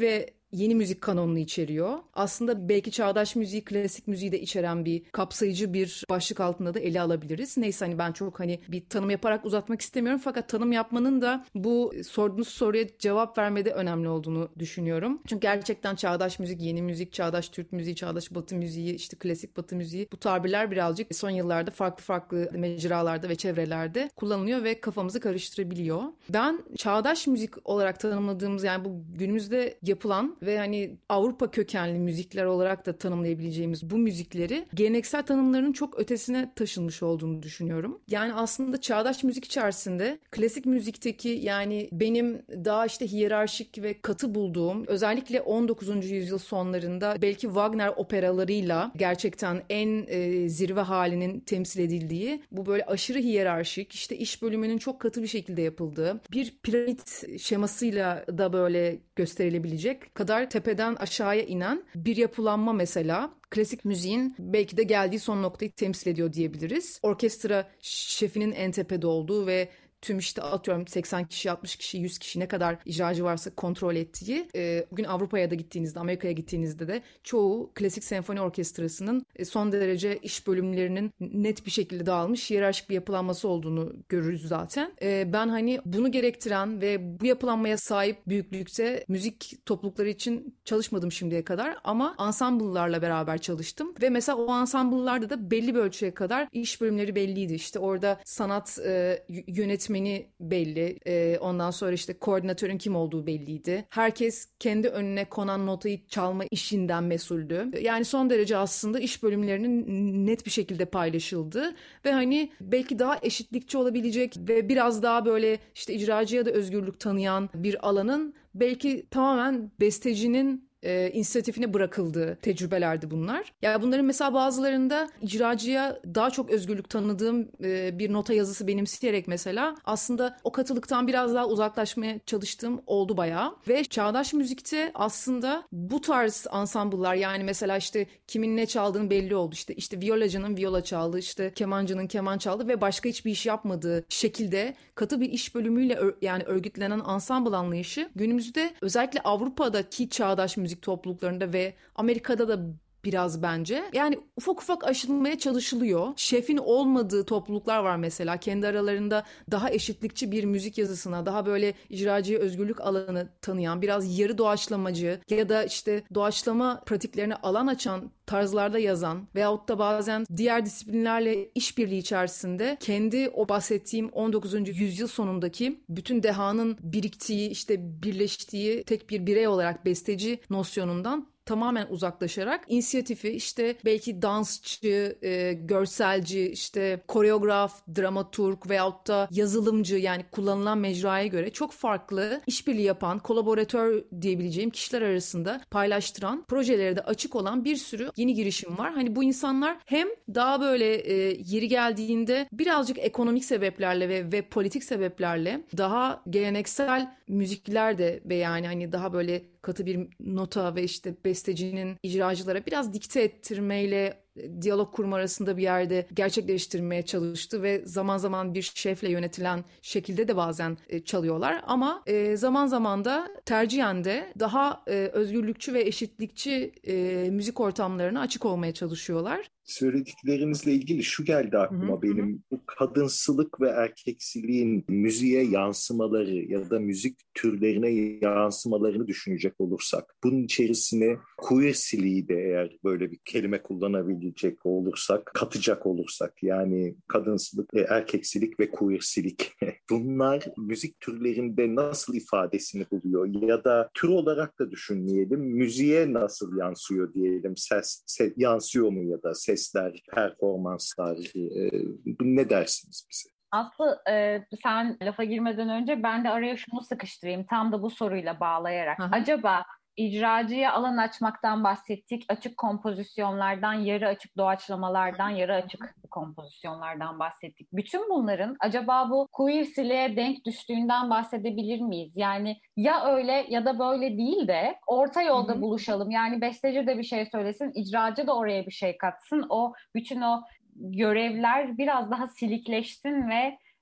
yeni müzik kanonunu içeriyor. Aslında belki çağdaş müziği, klasik müziği de içeren bir kapsayıcı bir başlık altında da ele alabiliriz. Neyse hani ben çok hani bir tanım yaparak uzatmak istemiyorum fakat tanım yapmanın da bu sorduğunuz soruya cevap vermede önemli olduğunu düşünüyorum. Çünkü gerçekten çağdaş müzik, yeni müzik, çağdaş Türk müziği, çağdaş Batı müziği, işte klasik Batı müziği, bu tabirler birazcık son yıllarda farklı farklı mecralarda ve çevrelerde kullanılıyor ve kafamızı karıştırabiliyor. Ben çağdaş müzik olarak tanımladığımız, yani bu günümüzde yapılan ve hani Avrupa kökenli müzikler olarak da tanımlayabileceğimiz bu müzikleri geleneksel tanımlarının çok ötesine taşınmış olduğunu düşünüyorum. Yani aslında çağdaş müzik içerisinde klasik müzikteki, yani benim daha işte hiyerarşik ve katı bulduğum, özellikle on dokuzuncu yüzyıl sonlarında belki Wagner operalarıyla gerçekten en e, zirve halinin temsil edildiği, bu böyle aşırı hiyerarşik, işte iş bölümünün çok katı bir şekilde yapıldığı, bir piramit şemasıyla da böyle gösterilebilecek kadar tepeden aşağıya inen bir yapılanma mesela klasik müziğin belki de geldiği son noktayı temsil ediyor diyebiliriz. Orkestra şefinin en tepede olduğu ve tüm işte atıyorum seksen kişi, altmış kişi, yüz kişi ne kadar icracı varsa kontrol ettiği. E, bugün Avrupa'ya da gittiğinizde, Amerika'ya gittiğinizde de çoğu klasik senfoni orkestrasının e, son derece iş bölümlerinin net bir şekilde dağılmış hiyerarşik bir yapılanması olduğunu görürüz zaten. E, ben hani bunu gerektiren ve bu yapılanmaya sahip büyüklükte müzik toplulukları için çalışmadım şimdiye kadar ama ansambullarla beraber çalıştım ve mesela o ansambullarda da belli bir ölçüye kadar iş bölümleri belliydi. İşte orada sanat e, yönetimi belli. Ee, ondan sonra işte koordinatörün kim olduğu belliydi. Herkes kendi önüne konan notayı çalma işinden mesuldü. Yani son derece aslında iş bölümlerinin net bir şekilde paylaşıldığı ve hani belki daha eşitlikçi olabilecek ve biraz daha böyle işte icracıya da özgürlük tanıyan bir alanın belki tamamen bestecinin E, inisiyatifine bırakıldığı tecrübelerdi bunlar. Yani bunların mesela bazılarında icracıya daha çok özgürlük tanıdığım e, bir nota yazısı benimseyerek mesela aslında o katılıktan biraz daha uzaklaşmaya çalıştığım oldu bayağı. Ve çağdaş müzikte aslında bu tarz ansambullar, yani mesela işte kimin ne çaldığını belli oldu. İşte işte viyolacının viola çaldı, işte kemancının keman çaldı ve başka hiçbir iş yapmadığı şekilde katı bir iş bölümüyle ör, yani örgütlenen ansambul anlayışı günümüzde özellikle Avrupa'daki çağdaş müzik müzik topluluklarında ve Amerika'da da biraz bence. Yani ufak ufak aşılmaya çalışılıyor. Şefin olmadığı topluluklar var mesela. Kendi aralarında daha eşitlikçi bir müzik yazısına, daha böyle icracıya özgürlük alanı tanıyan, biraz yarı doğaçlamacı ya da işte doğaçlama pratiklerine alan açan tarzlarda yazan veyahut da bazen diğer disiplinlerle işbirliği içerisinde kendi o bahsettiğim on dokuzuncu yüzyıl sonundaki bütün dehanın biriktiği, işte birleştiği tek bir birey olarak besteci nosyonundan tamamen uzaklaşarak inisiyatifi işte belki dansçı, e, görselci, işte koreograf, dramaturg veyahut da yazılımcı, yani kullanılan mecraya göre çok farklı işbirliği yapan, kolaboratör diyebileceğim kişiler arasında paylaştıran, projelere de açık olan bir sürü yeni girişim var. Hani bu insanlar hem daha böyle e, yeri geldiğinde birazcık ekonomik sebeplerle ve, ve politik sebeplerle daha geleneksel müzikler de ve yani hani daha böyle katı bir nota ve işte bestecinin icracılara biraz dikte ettirmeyle diyalog kurma arasında bir yerde gerçekleştirmeye çalıştı ve zaman zaman bir şefle yönetilen şekilde de bazen e, çalıyorlar ama e, zaman zaman da tercihen de daha e, özgürlükçü ve eşitlikçi e, müzik ortamlarına açık olmaya çalışıyorlar. Söylediklerinizle ilgili şu geldi aklıma, hı hı, benim. Bu kadınsılık ve erkeksiliğin müziğe yansımaları ya da müzik türlerine yansımalarını düşünecek olursak, bunun içerisine queersiliği de eğer böyle bir kelime kullanabilecek olursak, katacak olursak, yani kadınsılık, erkeksilik ve queersilik bunlar müzik türlerinde nasıl ifadesini buluyor ya da tür olarak da düşünmeyelim, müziğe nasıl yansıyor diyelim, ses, ses yansıyor mu ya da ses sesler, performanslar, e, ne dersiniz bize? Aslı e, sen lafa girmeden önce ben de araya şunu sıkıştırayım tam da bu soruyla bağlayarak. Aha. Acaba icracıya alan açmaktan bahsettik, açık kompozisyonlardan, yarı açık doğaçlamalardan, yarı açık kompozisyonlardan bahsettik. Bütün bunların acaba bu queersiliğe denk düştüğünden bahsedebilir miyiz? Yani ya öyle ya da böyle değil de orta yolda Hı-hı. buluşalım. Yani besteci de bir şey söylesin, icracı da oraya bir şey katsın. O bütün o görevler biraz daha silikleşsin ve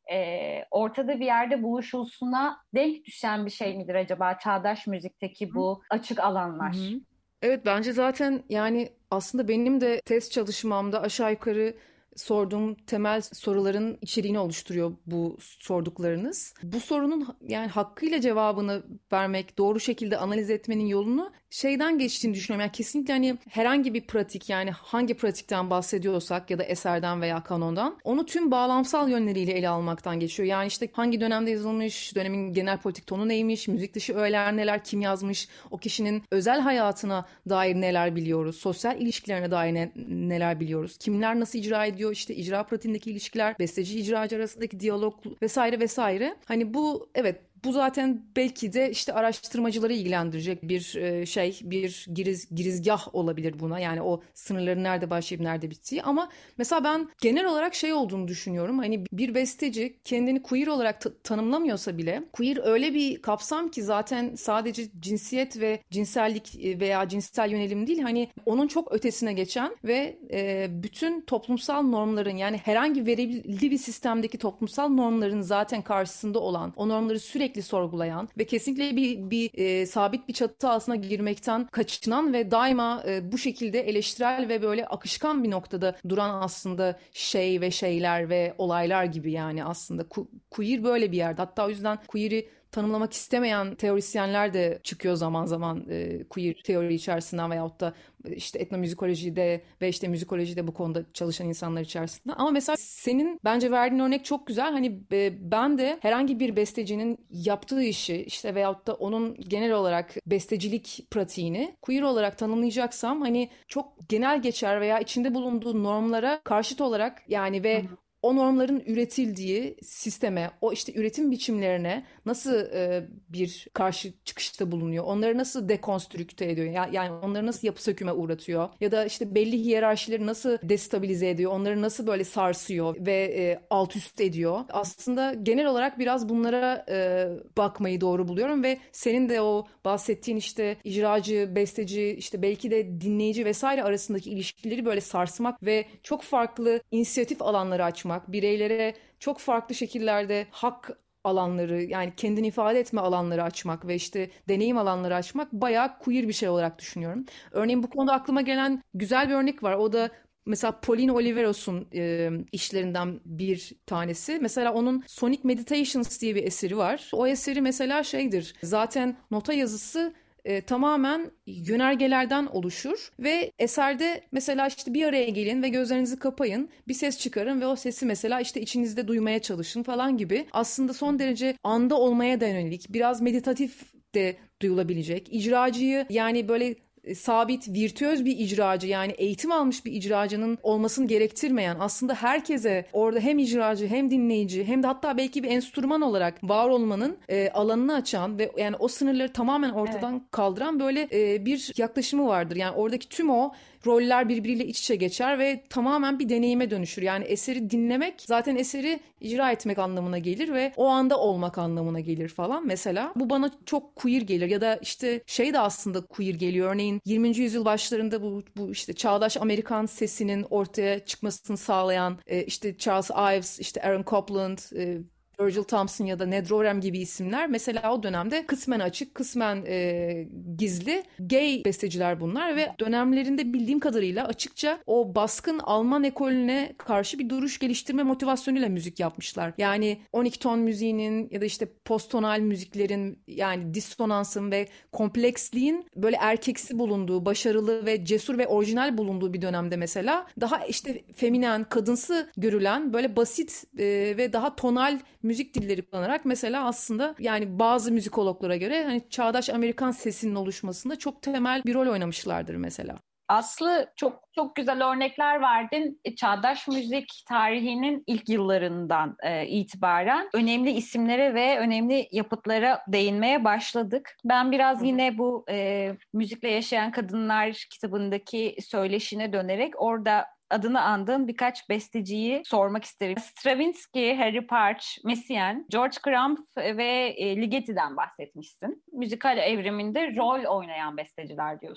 e, ortada bir yerde buluşulsuna denk düşen bir şey midir acaba çağdaş müzikteki bu açık alanlar? Hı hı. Evet, bence zaten yani aslında benim de test çalışmamda aşağı yukarı sorduğum temel soruların içeriğini oluşturuyor bu sorduklarınız. Bu sorunun yani hakkıyla cevabını vermek, doğru şekilde analiz etmenin yolunu şeyden geçtiğini düşünüyorum. Yani kesinlikle hani herhangi bir pratik, yani hangi pratikten bahsediyorsak ya da eserden veya kanondan, onu tüm bağlamsal yönleriyle ele almaktan geçiyor. Yani işte hangi dönemde yazılmış, dönemin genel politik tonu neymiş, müzik dışı öğeler neler, kim yazmış, o kişinin özel hayatına dair neler biliyoruz, sosyal ilişkilerine dair ne, neler biliyoruz, kimler nasıl icra ediyor, işte icra pratiğindeki ilişkiler, besteci icracı arasındaki diyalog vesaire vesaire. Hani bu, evet, bu zaten belki de işte araştırmacıları ilgilendirecek bir şey, bir giriz, girizgah olabilir buna. Yani o sınırların nerede başlayıp nerede bittiği. Ama mesela ben genel olarak şey olduğunu düşünüyorum. Hani bir besteci kendini queer olarak t- tanımlamıyorsa bile, queer öyle bir kapsam ki zaten sadece cinsiyet ve cinsellik veya cinsel yönelim değil, hani onun çok ötesine geçen ve e, bütün toplumsal normların, yani herhangi verildi bir sistemdeki toplumsal normların zaten karşısında olan, o normları sürekli sorgulayan ve kesinlikle bir, bir e, sabit bir çatı altına girmekten kaçınan ve daima e, bu şekilde eleştirel ve böyle akışkan bir noktada duran aslında şey ve şeyler ve olaylar gibi. Yani aslında ku- queer böyle bir yerde. Hatta o yüzden queer'i tanımlamak istemeyen teorisyenler de çıkıyor zaman zaman e, queer teori içerisinden veyahut da işte etnomüzikolojide ve işte müzikolojide bu konuda çalışan insanlar içerisinde. Ama mesela senin bence verdiğin örnek çok güzel. Hani e, ben de herhangi bir bestecinin yaptığı işi işte veyahut da onun genel olarak bestecilik pratiğini queer olarak tanımlayacaksam hani çok genel geçer veya içinde bulunduğu normlara karşıt olarak, yani ve Hı-hı. o normların üretildiği sisteme, o işte üretim biçimlerine nasıl e, bir karşı çıkışta bulunuyor, onları nasıl dekonstrükte ediyor, ya, yani onları nasıl yapı söküme uğratıyor ya da işte belli hiyerarşileri nasıl destabilize ediyor, onları nasıl böyle sarsıyor ve e, alt üst ediyor. Aslında genel olarak biraz bunlara e, bakmayı doğru buluyorum ve senin de o bahsettiğin işte icracı, besteci, işte belki de dinleyici vesaire arasındaki ilişkileri böyle sarsmak ve çok farklı inisiyatif alanları açmak, bireylere çok farklı şekillerde hak alanları, yani kendini ifade etme alanları açmak ve işte deneyim alanları açmak bayağı queer bir şey olarak düşünüyorum. Örneğin bu konuda aklıma gelen güzel bir örnek var. O da mesela Pauline Oliveros'un e, işlerinden bir tanesi. Mesela onun Sonic Meditations diye bir eseri var. O eseri mesela şeydir, zaten nota yazısı E, tamamen yönergelerden oluşur ve eserde mesela işte bir araya gelin ve gözlerinizi kapayın, bir ses çıkarın ve o sesi mesela işte içinizde duymaya çalışın falan gibi, aslında son derece anda olmaya da yönelik, biraz meditatif de duyulabilecek, icracıyı yani böyle sabit, virtüöz bir icracı, yani eğitim almış bir icracının olmasını gerektirmeyen, aslında herkese orada hem icracı hem dinleyici hem de hatta belki bir enstrüman olarak var olmanın e, alanını açan ve yani o sınırları tamamen ortadan evet. kaldıran böyle e, bir yaklaşımı vardır. Yani oradaki tüm o roller birbiriyle iç içe geçer ve tamamen bir deneyime dönüşür. Yani eseri dinlemek zaten eseri icra etmek anlamına gelir ve o anda olmak anlamına gelir falan mesela. Bu bana çok queer gelir ya da işte şey de aslında queer geliyor. Örneğin yirminci yüzyıl başlarında bu, bu işte çağdaş Amerikan sesinin ortaya çıkmasını sağlayan e, işte Charles Ives, işte Aaron Copland, e, Virgil Thompson ya da Ned Rorem gibi isimler mesela o dönemde kısmen açık, kısmen e, gizli gay besteciler bunlar ve dönemlerinde bildiğim kadarıyla açıkça o baskın Alman ekolüne karşı bir duruş geliştirme motivasyonuyla müzik yapmışlar. Yani on iki ton müziğinin ya da işte posttonal müziklerin, yani distonansın ve kompleksliğin böyle erkeksi bulunduğu, başarılı ve cesur ve orijinal bulunduğu bir dönemde mesela daha işte feminen, kadınsı görülen böyle basit e, ve daha tonal müzik dilleri kullanarak mesela aslında yani bazı müzikologlara göre hani çağdaş Amerikan sesinin oluşmasında çok temel bir rol oynamışlardır mesela. Aslı çok çok güzel örnekler verdin. Çağdaş müzik tarihinin ilk yıllarından e, itibaren önemli isimlere ve önemli yapıtlara değinmeye başladık. Ben biraz yine bu e, Müzikle Yaşayan Kadınlar kitabındaki söyleşine dönerek orada adını andığın birkaç besteciyi sormak isterim. Stravinsky, Harry Parch, Messiaen, George Crumb ve e, Ligeti'den bahsetmişsin. Müzikal evriminde rol oynayan besteciler diyorsun.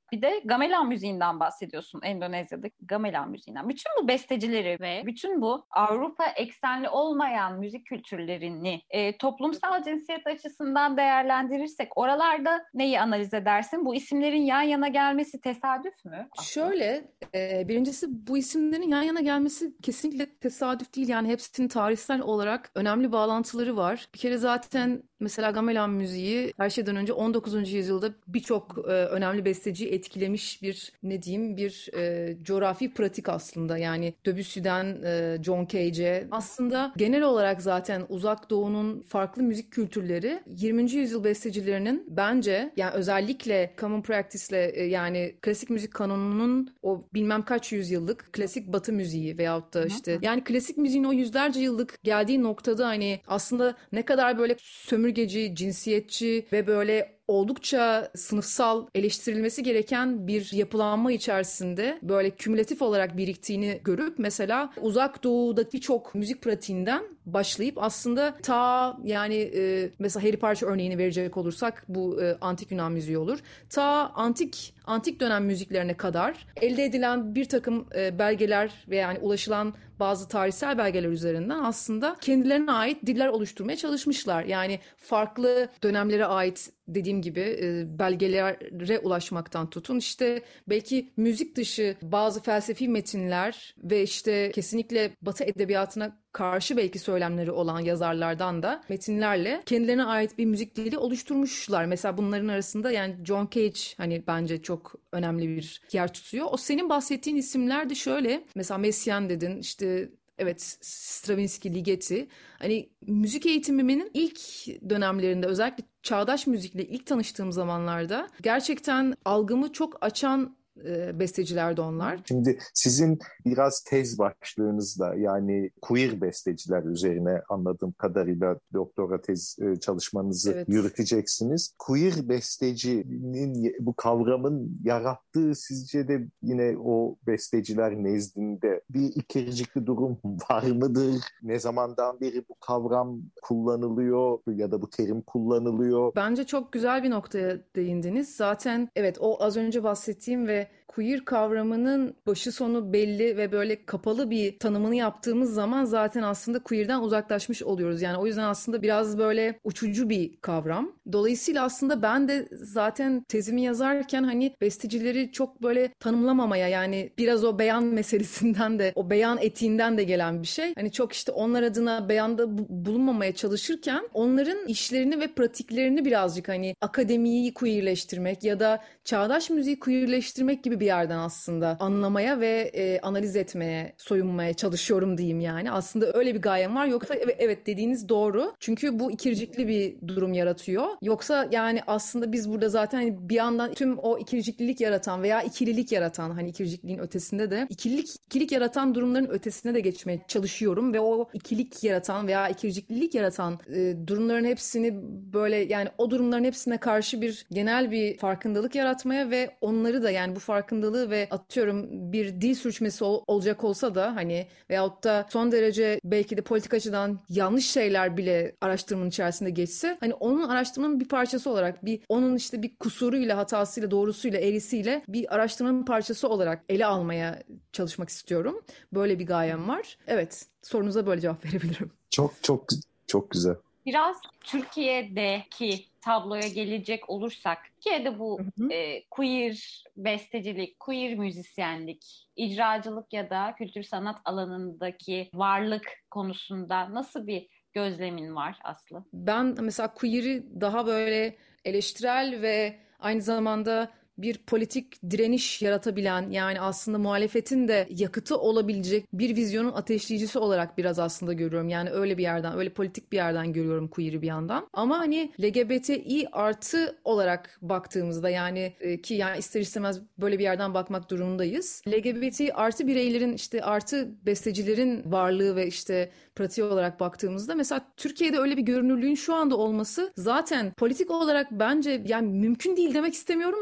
Bir de gamelan müziğinden bahsediyorsun, Endonezya'daki gamelan müziğinden. Bütün bu bestecileri ve bütün bu Avrupa eksenli olmayan müzik kültürlerini e, toplumsal cinsiyet açısından değerlendirirsek oralarda neyi analiz edersin? Bu isimlerin yan yana gelmesi tesadüf mü? Şöyle, e, birincisi bu isimlerin yan yana gelmesi kesinlikle tesadüf değil. Yani hepsinin tarihsel olarak önemli bağlantıları var. Bir kere zaten mesela gamelan müziği her şeyden önce on dokuzuncu yüzyılda birçok e, önemli besteciyi etkilemiş bir, ne diyeyim, bir e, coğrafi pratik aslında. Yani Debussy'den e, John Cage'e aslında genel olarak zaten Uzak Doğu'nun farklı müzik kültürleri yirminci yüzyıl bestecilerinin bence, yani özellikle common practice'le e, yani klasik müzik kanonunun o bilmem kaç yüzyıllık klasik Batı müziği veyahut da işte, yani klasik müziğin o yüzlerce yıllık geldiği noktada hani aslında ne kadar böyle sömürgeci, cinsiyetçi ve böyle oldukça sınıfsal eleştirilmesi gereken bir yapılanma içerisinde böyle kümülatif olarak biriktiğini görüp mesela Uzak Doğu'daki birçok müzik pratiğinden başlayıp aslında ta yani e, mesela Harry Parça örneğini verecek olursak bu e, antik Yunan müziği olur. Ta antik antik dönem müziklerine kadar elde edilen bir takım e, belgeler ve yani ulaşılan bazı tarihsel belgeler üzerinden aslında kendilerine ait diller oluşturmaya çalışmışlar. Yani farklı dönemlere ait, dediğim gibi e, belgelere ulaşmaktan tutun işte belki müzik dışı bazı felsefi metinler ve işte kesinlikle Batı edebiyatına karşı belki söylemleri olan yazarlardan da metinlerle kendilerine ait bir müzik dili oluşturmuşlar. Mesela bunların arasında yani John Cage hani bence çok önemli bir yer tutuyor. O senin bahsettiğin isimler de şöyle, mesela Messiaen dedin, işte evet, Stravinsky, Ligeti. Hani müzik eğitimimin ilk dönemlerinde, özellikle çağdaş müzikle ilk tanıştığım zamanlarda gerçekten algımı çok açan e, bestecilerdi onlar. Şimdi sizin biraz tez başlığınızda, yani queer besteciler üzerine anladığım kadarıyla doktora tez e, çalışmanızı Evet. yürüteceksiniz. Queer bestecinin bu kavramın yarattığı sizce de yine o besteciler nezdinde bir ikircikli durum var mıdır? Ne zamandan beri bu kavram kullanılıyor ya da bu terim kullanılıyor? Bence çok güzel bir noktaya değindiniz. Zaten evet, o az önce bahsettiğim ve queer kavramının başı sonu belli ve böyle kapalı bir tanımını yaptığımız zaman zaten aslında queer'den uzaklaşmış oluyoruz. Yani o yüzden aslında biraz böyle uçucu bir kavram. Dolayısıyla aslında ben de zaten tezimi yazarken hani bestecileri çok böyle tanımlamamaya, yani biraz o beyan meselesinden de, o beyan etiğinden de gelen bir şey. Hani çok işte onlar adına beyanda bu- bulunmamaya çalışırken onların işlerini ve pratiklerini birazcık hani akademiyi queerleştirmek ya da çağdaş müziği queerleştirmek gibi bir yerden aslında anlamaya ve e, analiz etmeye, soyunmaya çalışıyorum diyeyim yani. Aslında öyle bir gayem var. Yoksa evet, evet dediğiniz doğru. Çünkü bu ikircikli bir durum yaratıyor. Yoksa yani aslında biz burada zaten hani bir yandan tüm o ikirciklilik yaratan veya ikililik yaratan, hani ikircikliğin ötesinde de ikilik ikilik yaratan durumların ötesine de geçmeye çalışıyorum ve o ikilik yaratan veya ikirciklilik yaratan e, durumların hepsini böyle, yani o durumların hepsine karşı bir genel bir farkındalık yaratmaya ve onları da, yani bu farkındalığı ve atıyorum bir dil sürçmesi ol- olacak olsa da hani veyahut da son derece belki de politik açıdan yanlış şeyler bile araştırmanın içerisinde geçse, hani onun araştırmanın bir parçası olarak, bir onun işte bir kusuruyla, hatasıyla, doğrusuyla, eğrisiyle bir araştırmanın parçası olarak ele almaya çalışmak istiyorum. Böyle bir gayem var. Evet, sorunuza böyle cevap verebilirim. Çok çok çok güzel. Biraz Türkiye'deki tabloya gelecek olursak, Türkiye'de bu Hı hı. e, queer bestecilik, queer müzisyenlik, icracılık ya da kültür sanat alanındaki varlık konusunda nasıl bir gözlemin var Aslı? Ben mesela queer'i daha böyle eleştirel ve aynı zamanda bir politik direniş yaratabilen, yani aslında muhalefetin de yakıtı olabilecek bir vizyonun ateşleyicisi olarak biraz aslında görüyorum. Yani öyle bir yerden, öyle politik bir yerden görüyorum queer'i bir yandan. Ama hani L G B T İ artı olarak baktığımızda, yani e, ki yani ister istemez böyle bir yerden bakmak durumundayız. L G B T artı bireylerin, işte artı bestecilerin varlığı ve işte pratiği olarak baktığımızda mesela Türkiye'de öyle bir görünürlüğün şu anda olması zaten politik olarak bence, yani mümkün değil demek istemiyorum da, şu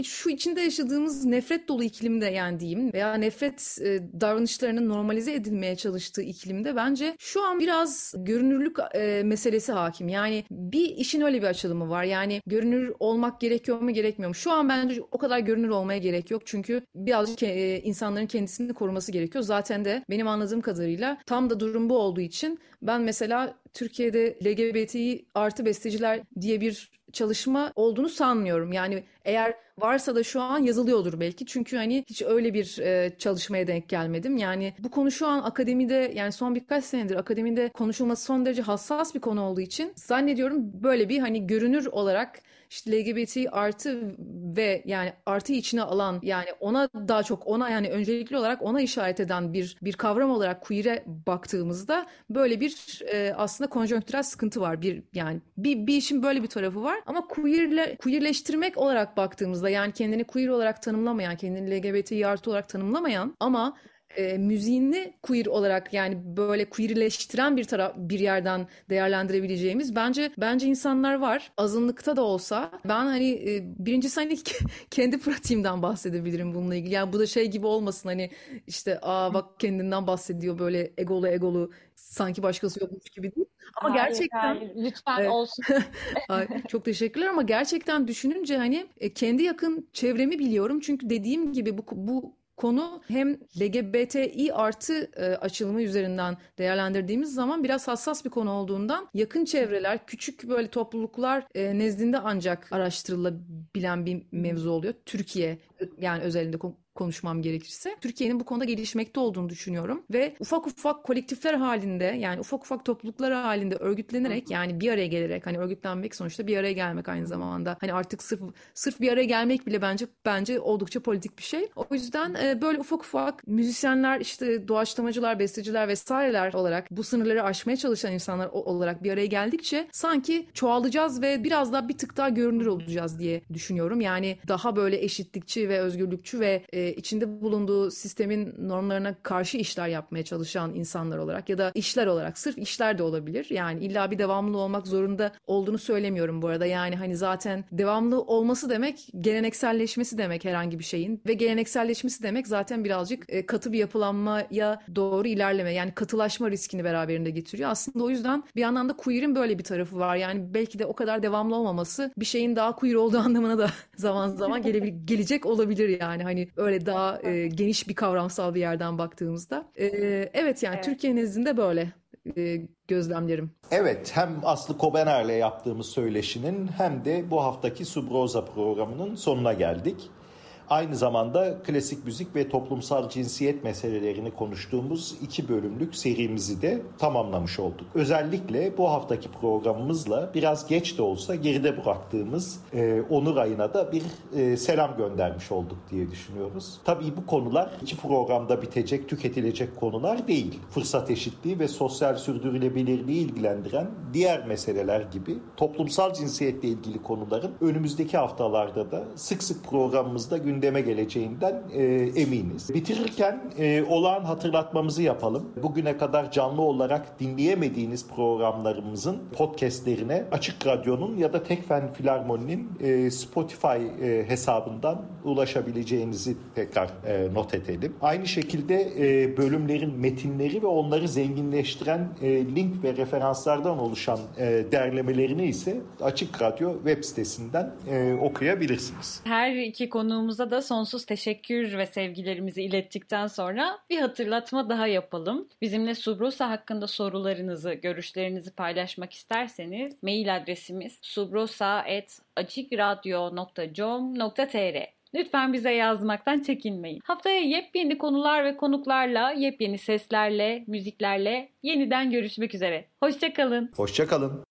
şu içinde yaşadığımız nefret dolu iklimde yani diyeyim veya nefret e, davranışlarının normalize edilmeye çalıştığı iklimde bence şu an biraz görünürlük e, meselesi hakim. Yani bir işin öyle bir açılımı var. Yani görünür olmak gerekiyor mu gerekmiyor mu? Şu an bence o kadar görünür olmaya gerek yok. Çünkü birazcık e, insanların kendisini koruması gerekiyor. Zaten de benim anladığım kadarıyla tam da durum bu olduğu için ben mesela Türkiye'de L G B T İ artı besteciler diye bir çalışma olduğunu sanmıyorum. Yani eğer varsa da şu an yazılıyordur belki. Çünkü hani hiç öyle bir e, çalışmaya denk gelmedim. Yani bu konu şu an akademide, yani son birkaç senedir akademide konuşulması son derece hassas bir konu olduğu için zannediyorum böyle bir hani görünür olarak işte L G B T artı ve yani artı içine alan, yani ona daha çok ona yani öncelikli olarak ona işaret eden bir bir kavram olarak queer'e baktığımızda böyle bir e, aslında konjonktürel sıkıntı var. Bir yani bir bir işin böyle bir tarafı var ama queerle queerleştirmek olarak baktığımızda, yani kendini queer olarak tanımlamayan, kendini L G B T artı olarak tanımlamayan ama E, müziğini queer olarak yani böyle queerleştiren bir taraf bir yerden değerlendirebileceğimiz bence bence insanlar var. Azınlıkta da olsa. Ben hani e, birincisi hani kendi pratiğimden bahsedebilirim bununla ilgili. Yani bu da şey gibi olmasın, hani işte aa bak kendinden bahsediyor böyle egolu egolu sanki başkası yokmuş gibi değil. Ama Hayır, gerçekten hayır, lütfen e, olsun. Ay, çok teşekkürler ama gerçekten düşününce hani e, kendi yakın çevremi biliyorum. Çünkü dediğim gibi bu bu konu hem L G B T İ artı e, açılımı üzerinden değerlendirdiğimiz zaman biraz hassas bir konu olduğundan yakın çevreler, küçük böyle topluluklar e, nezdinde ancak araştırılabilen bir mevzu oluyor. Türkiye yani özelinde konuşmam gerekirse. Türkiye'nin bu konuda gelişmekte olduğunu düşünüyorum ve ufak ufak kolektifler halinde, yani ufak ufak topluluklar halinde örgütlenerek, yani bir araya gelerek, hani örgütlenmek sonuçta bir araya gelmek aynı zamanda. Hani artık sırf sırf bir araya gelmek bile bence bence oldukça politik bir şey. O yüzden e, böyle ufak ufak müzisyenler, işte doğaçlamacılar, besteciler vesaireler olarak bu sınırları aşmaya çalışan insanlar olarak bir araya geldikçe sanki çoğalacağız ve biraz daha bir tık daha görünür olacağız diye düşünüyorum. Yani daha böyle eşitlikçi ve özgürlükçü ve e, içinde bulunduğu sistemin normlarına karşı işler yapmaya çalışan insanlar olarak ya da işler olarak, sırf işler de olabilir. Yani illa bir devamlı olmak zorunda olduğunu söylemiyorum bu arada. Yani hani zaten devamlı olması demek gelenekselleşmesi demek herhangi bir şeyin ve gelenekselleşmesi demek zaten birazcık e, katı bir yapılanmaya doğru ilerleme, yani katılaşma riskini beraberinde getiriyor. Aslında o yüzden bir yandan da queer'in böyle bir tarafı var. Yani belki de o kadar devamlı olmaması bir şeyin daha queer olduğu anlamına da zaman zaman gelebilir, gelecek olabilir yani. Hani öyle daha e, geniş bir kavramsal bir yerden baktığımızda. E, evet yani evet. Türkiye nezdinde böyle e, gözlemlerim. Evet, hem Aslı Kobener'le yaptığımız söyleşinin hem de bu haftaki Subroza programının sonuna geldik. Aynı zamanda klasik müzik ve toplumsal cinsiyet meselelerini konuştuğumuz iki bölümlük serimizi de tamamlamış olduk. Özellikle bu haftaki programımızla biraz geç de olsa geride bıraktığımız e, Onur ayına da bir e, selam göndermiş olduk diye düşünüyoruz. Tabii bu konular iki programda bitecek, tüketilecek konular değil. Fırsat eşitliği ve sosyal sürdürülebilirliği ilgilendiren diğer meseleler gibi toplumsal cinsiyetle ilgili konuların önümüzdeki haftalarda da sık sık programımızda gündeme gündeme geleceğinden e, eminiz. Bitirirken e, olağan hatırlatmamızı yapalım. Bugüne kadar canlı olarak dinleyemediğiniz programlarımızın podcastlerine Açık Radyo'nun ya da Tekfen Filarmoni'nin e, Spotify e, hesabından ulaşabileceğinizi tekrar e, not edelim. Aynı şekilde e, bölümlerin metinleri ve onları zenginleştiren e, link ve referanslardan oluşan e, derlemelerini ise Açık Radyo web sitesinden e, okuyabilirsiniz. Her iki konuğumuza da sonsuz teşekkür ve sevgilerimizi ilettikten sonra bir hatırlatma daha yapalım. Bizimle Subrosa hakkında sorularınızı, görüşlerinizi paylaşmak isterseniz mail adresimiz subrosa at açikradyo nokta com nokta tr. Lütfen bize yazmaktan çekinmeyin. Haftaya yepyeni konular ve konuklarla, yepyeni seslerle, müziklerle yeniden görüşmek üzere. Hoşça kalın. Hoşça kalın.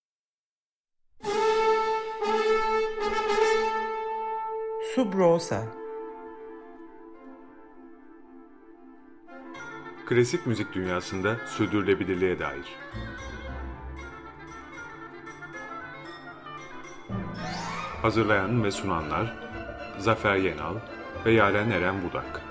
Subrosa. Klasik müzik dünyasında sürdürülebilirliğe dair. Hazırlayan ve sunanlar Zafer Yenal ve Yaren Eren Budak.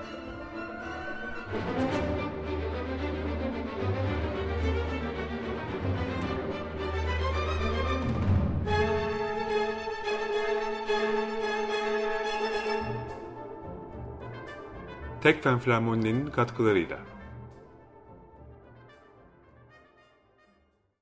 Tekfen Filarmoni'nin katkılarıyla.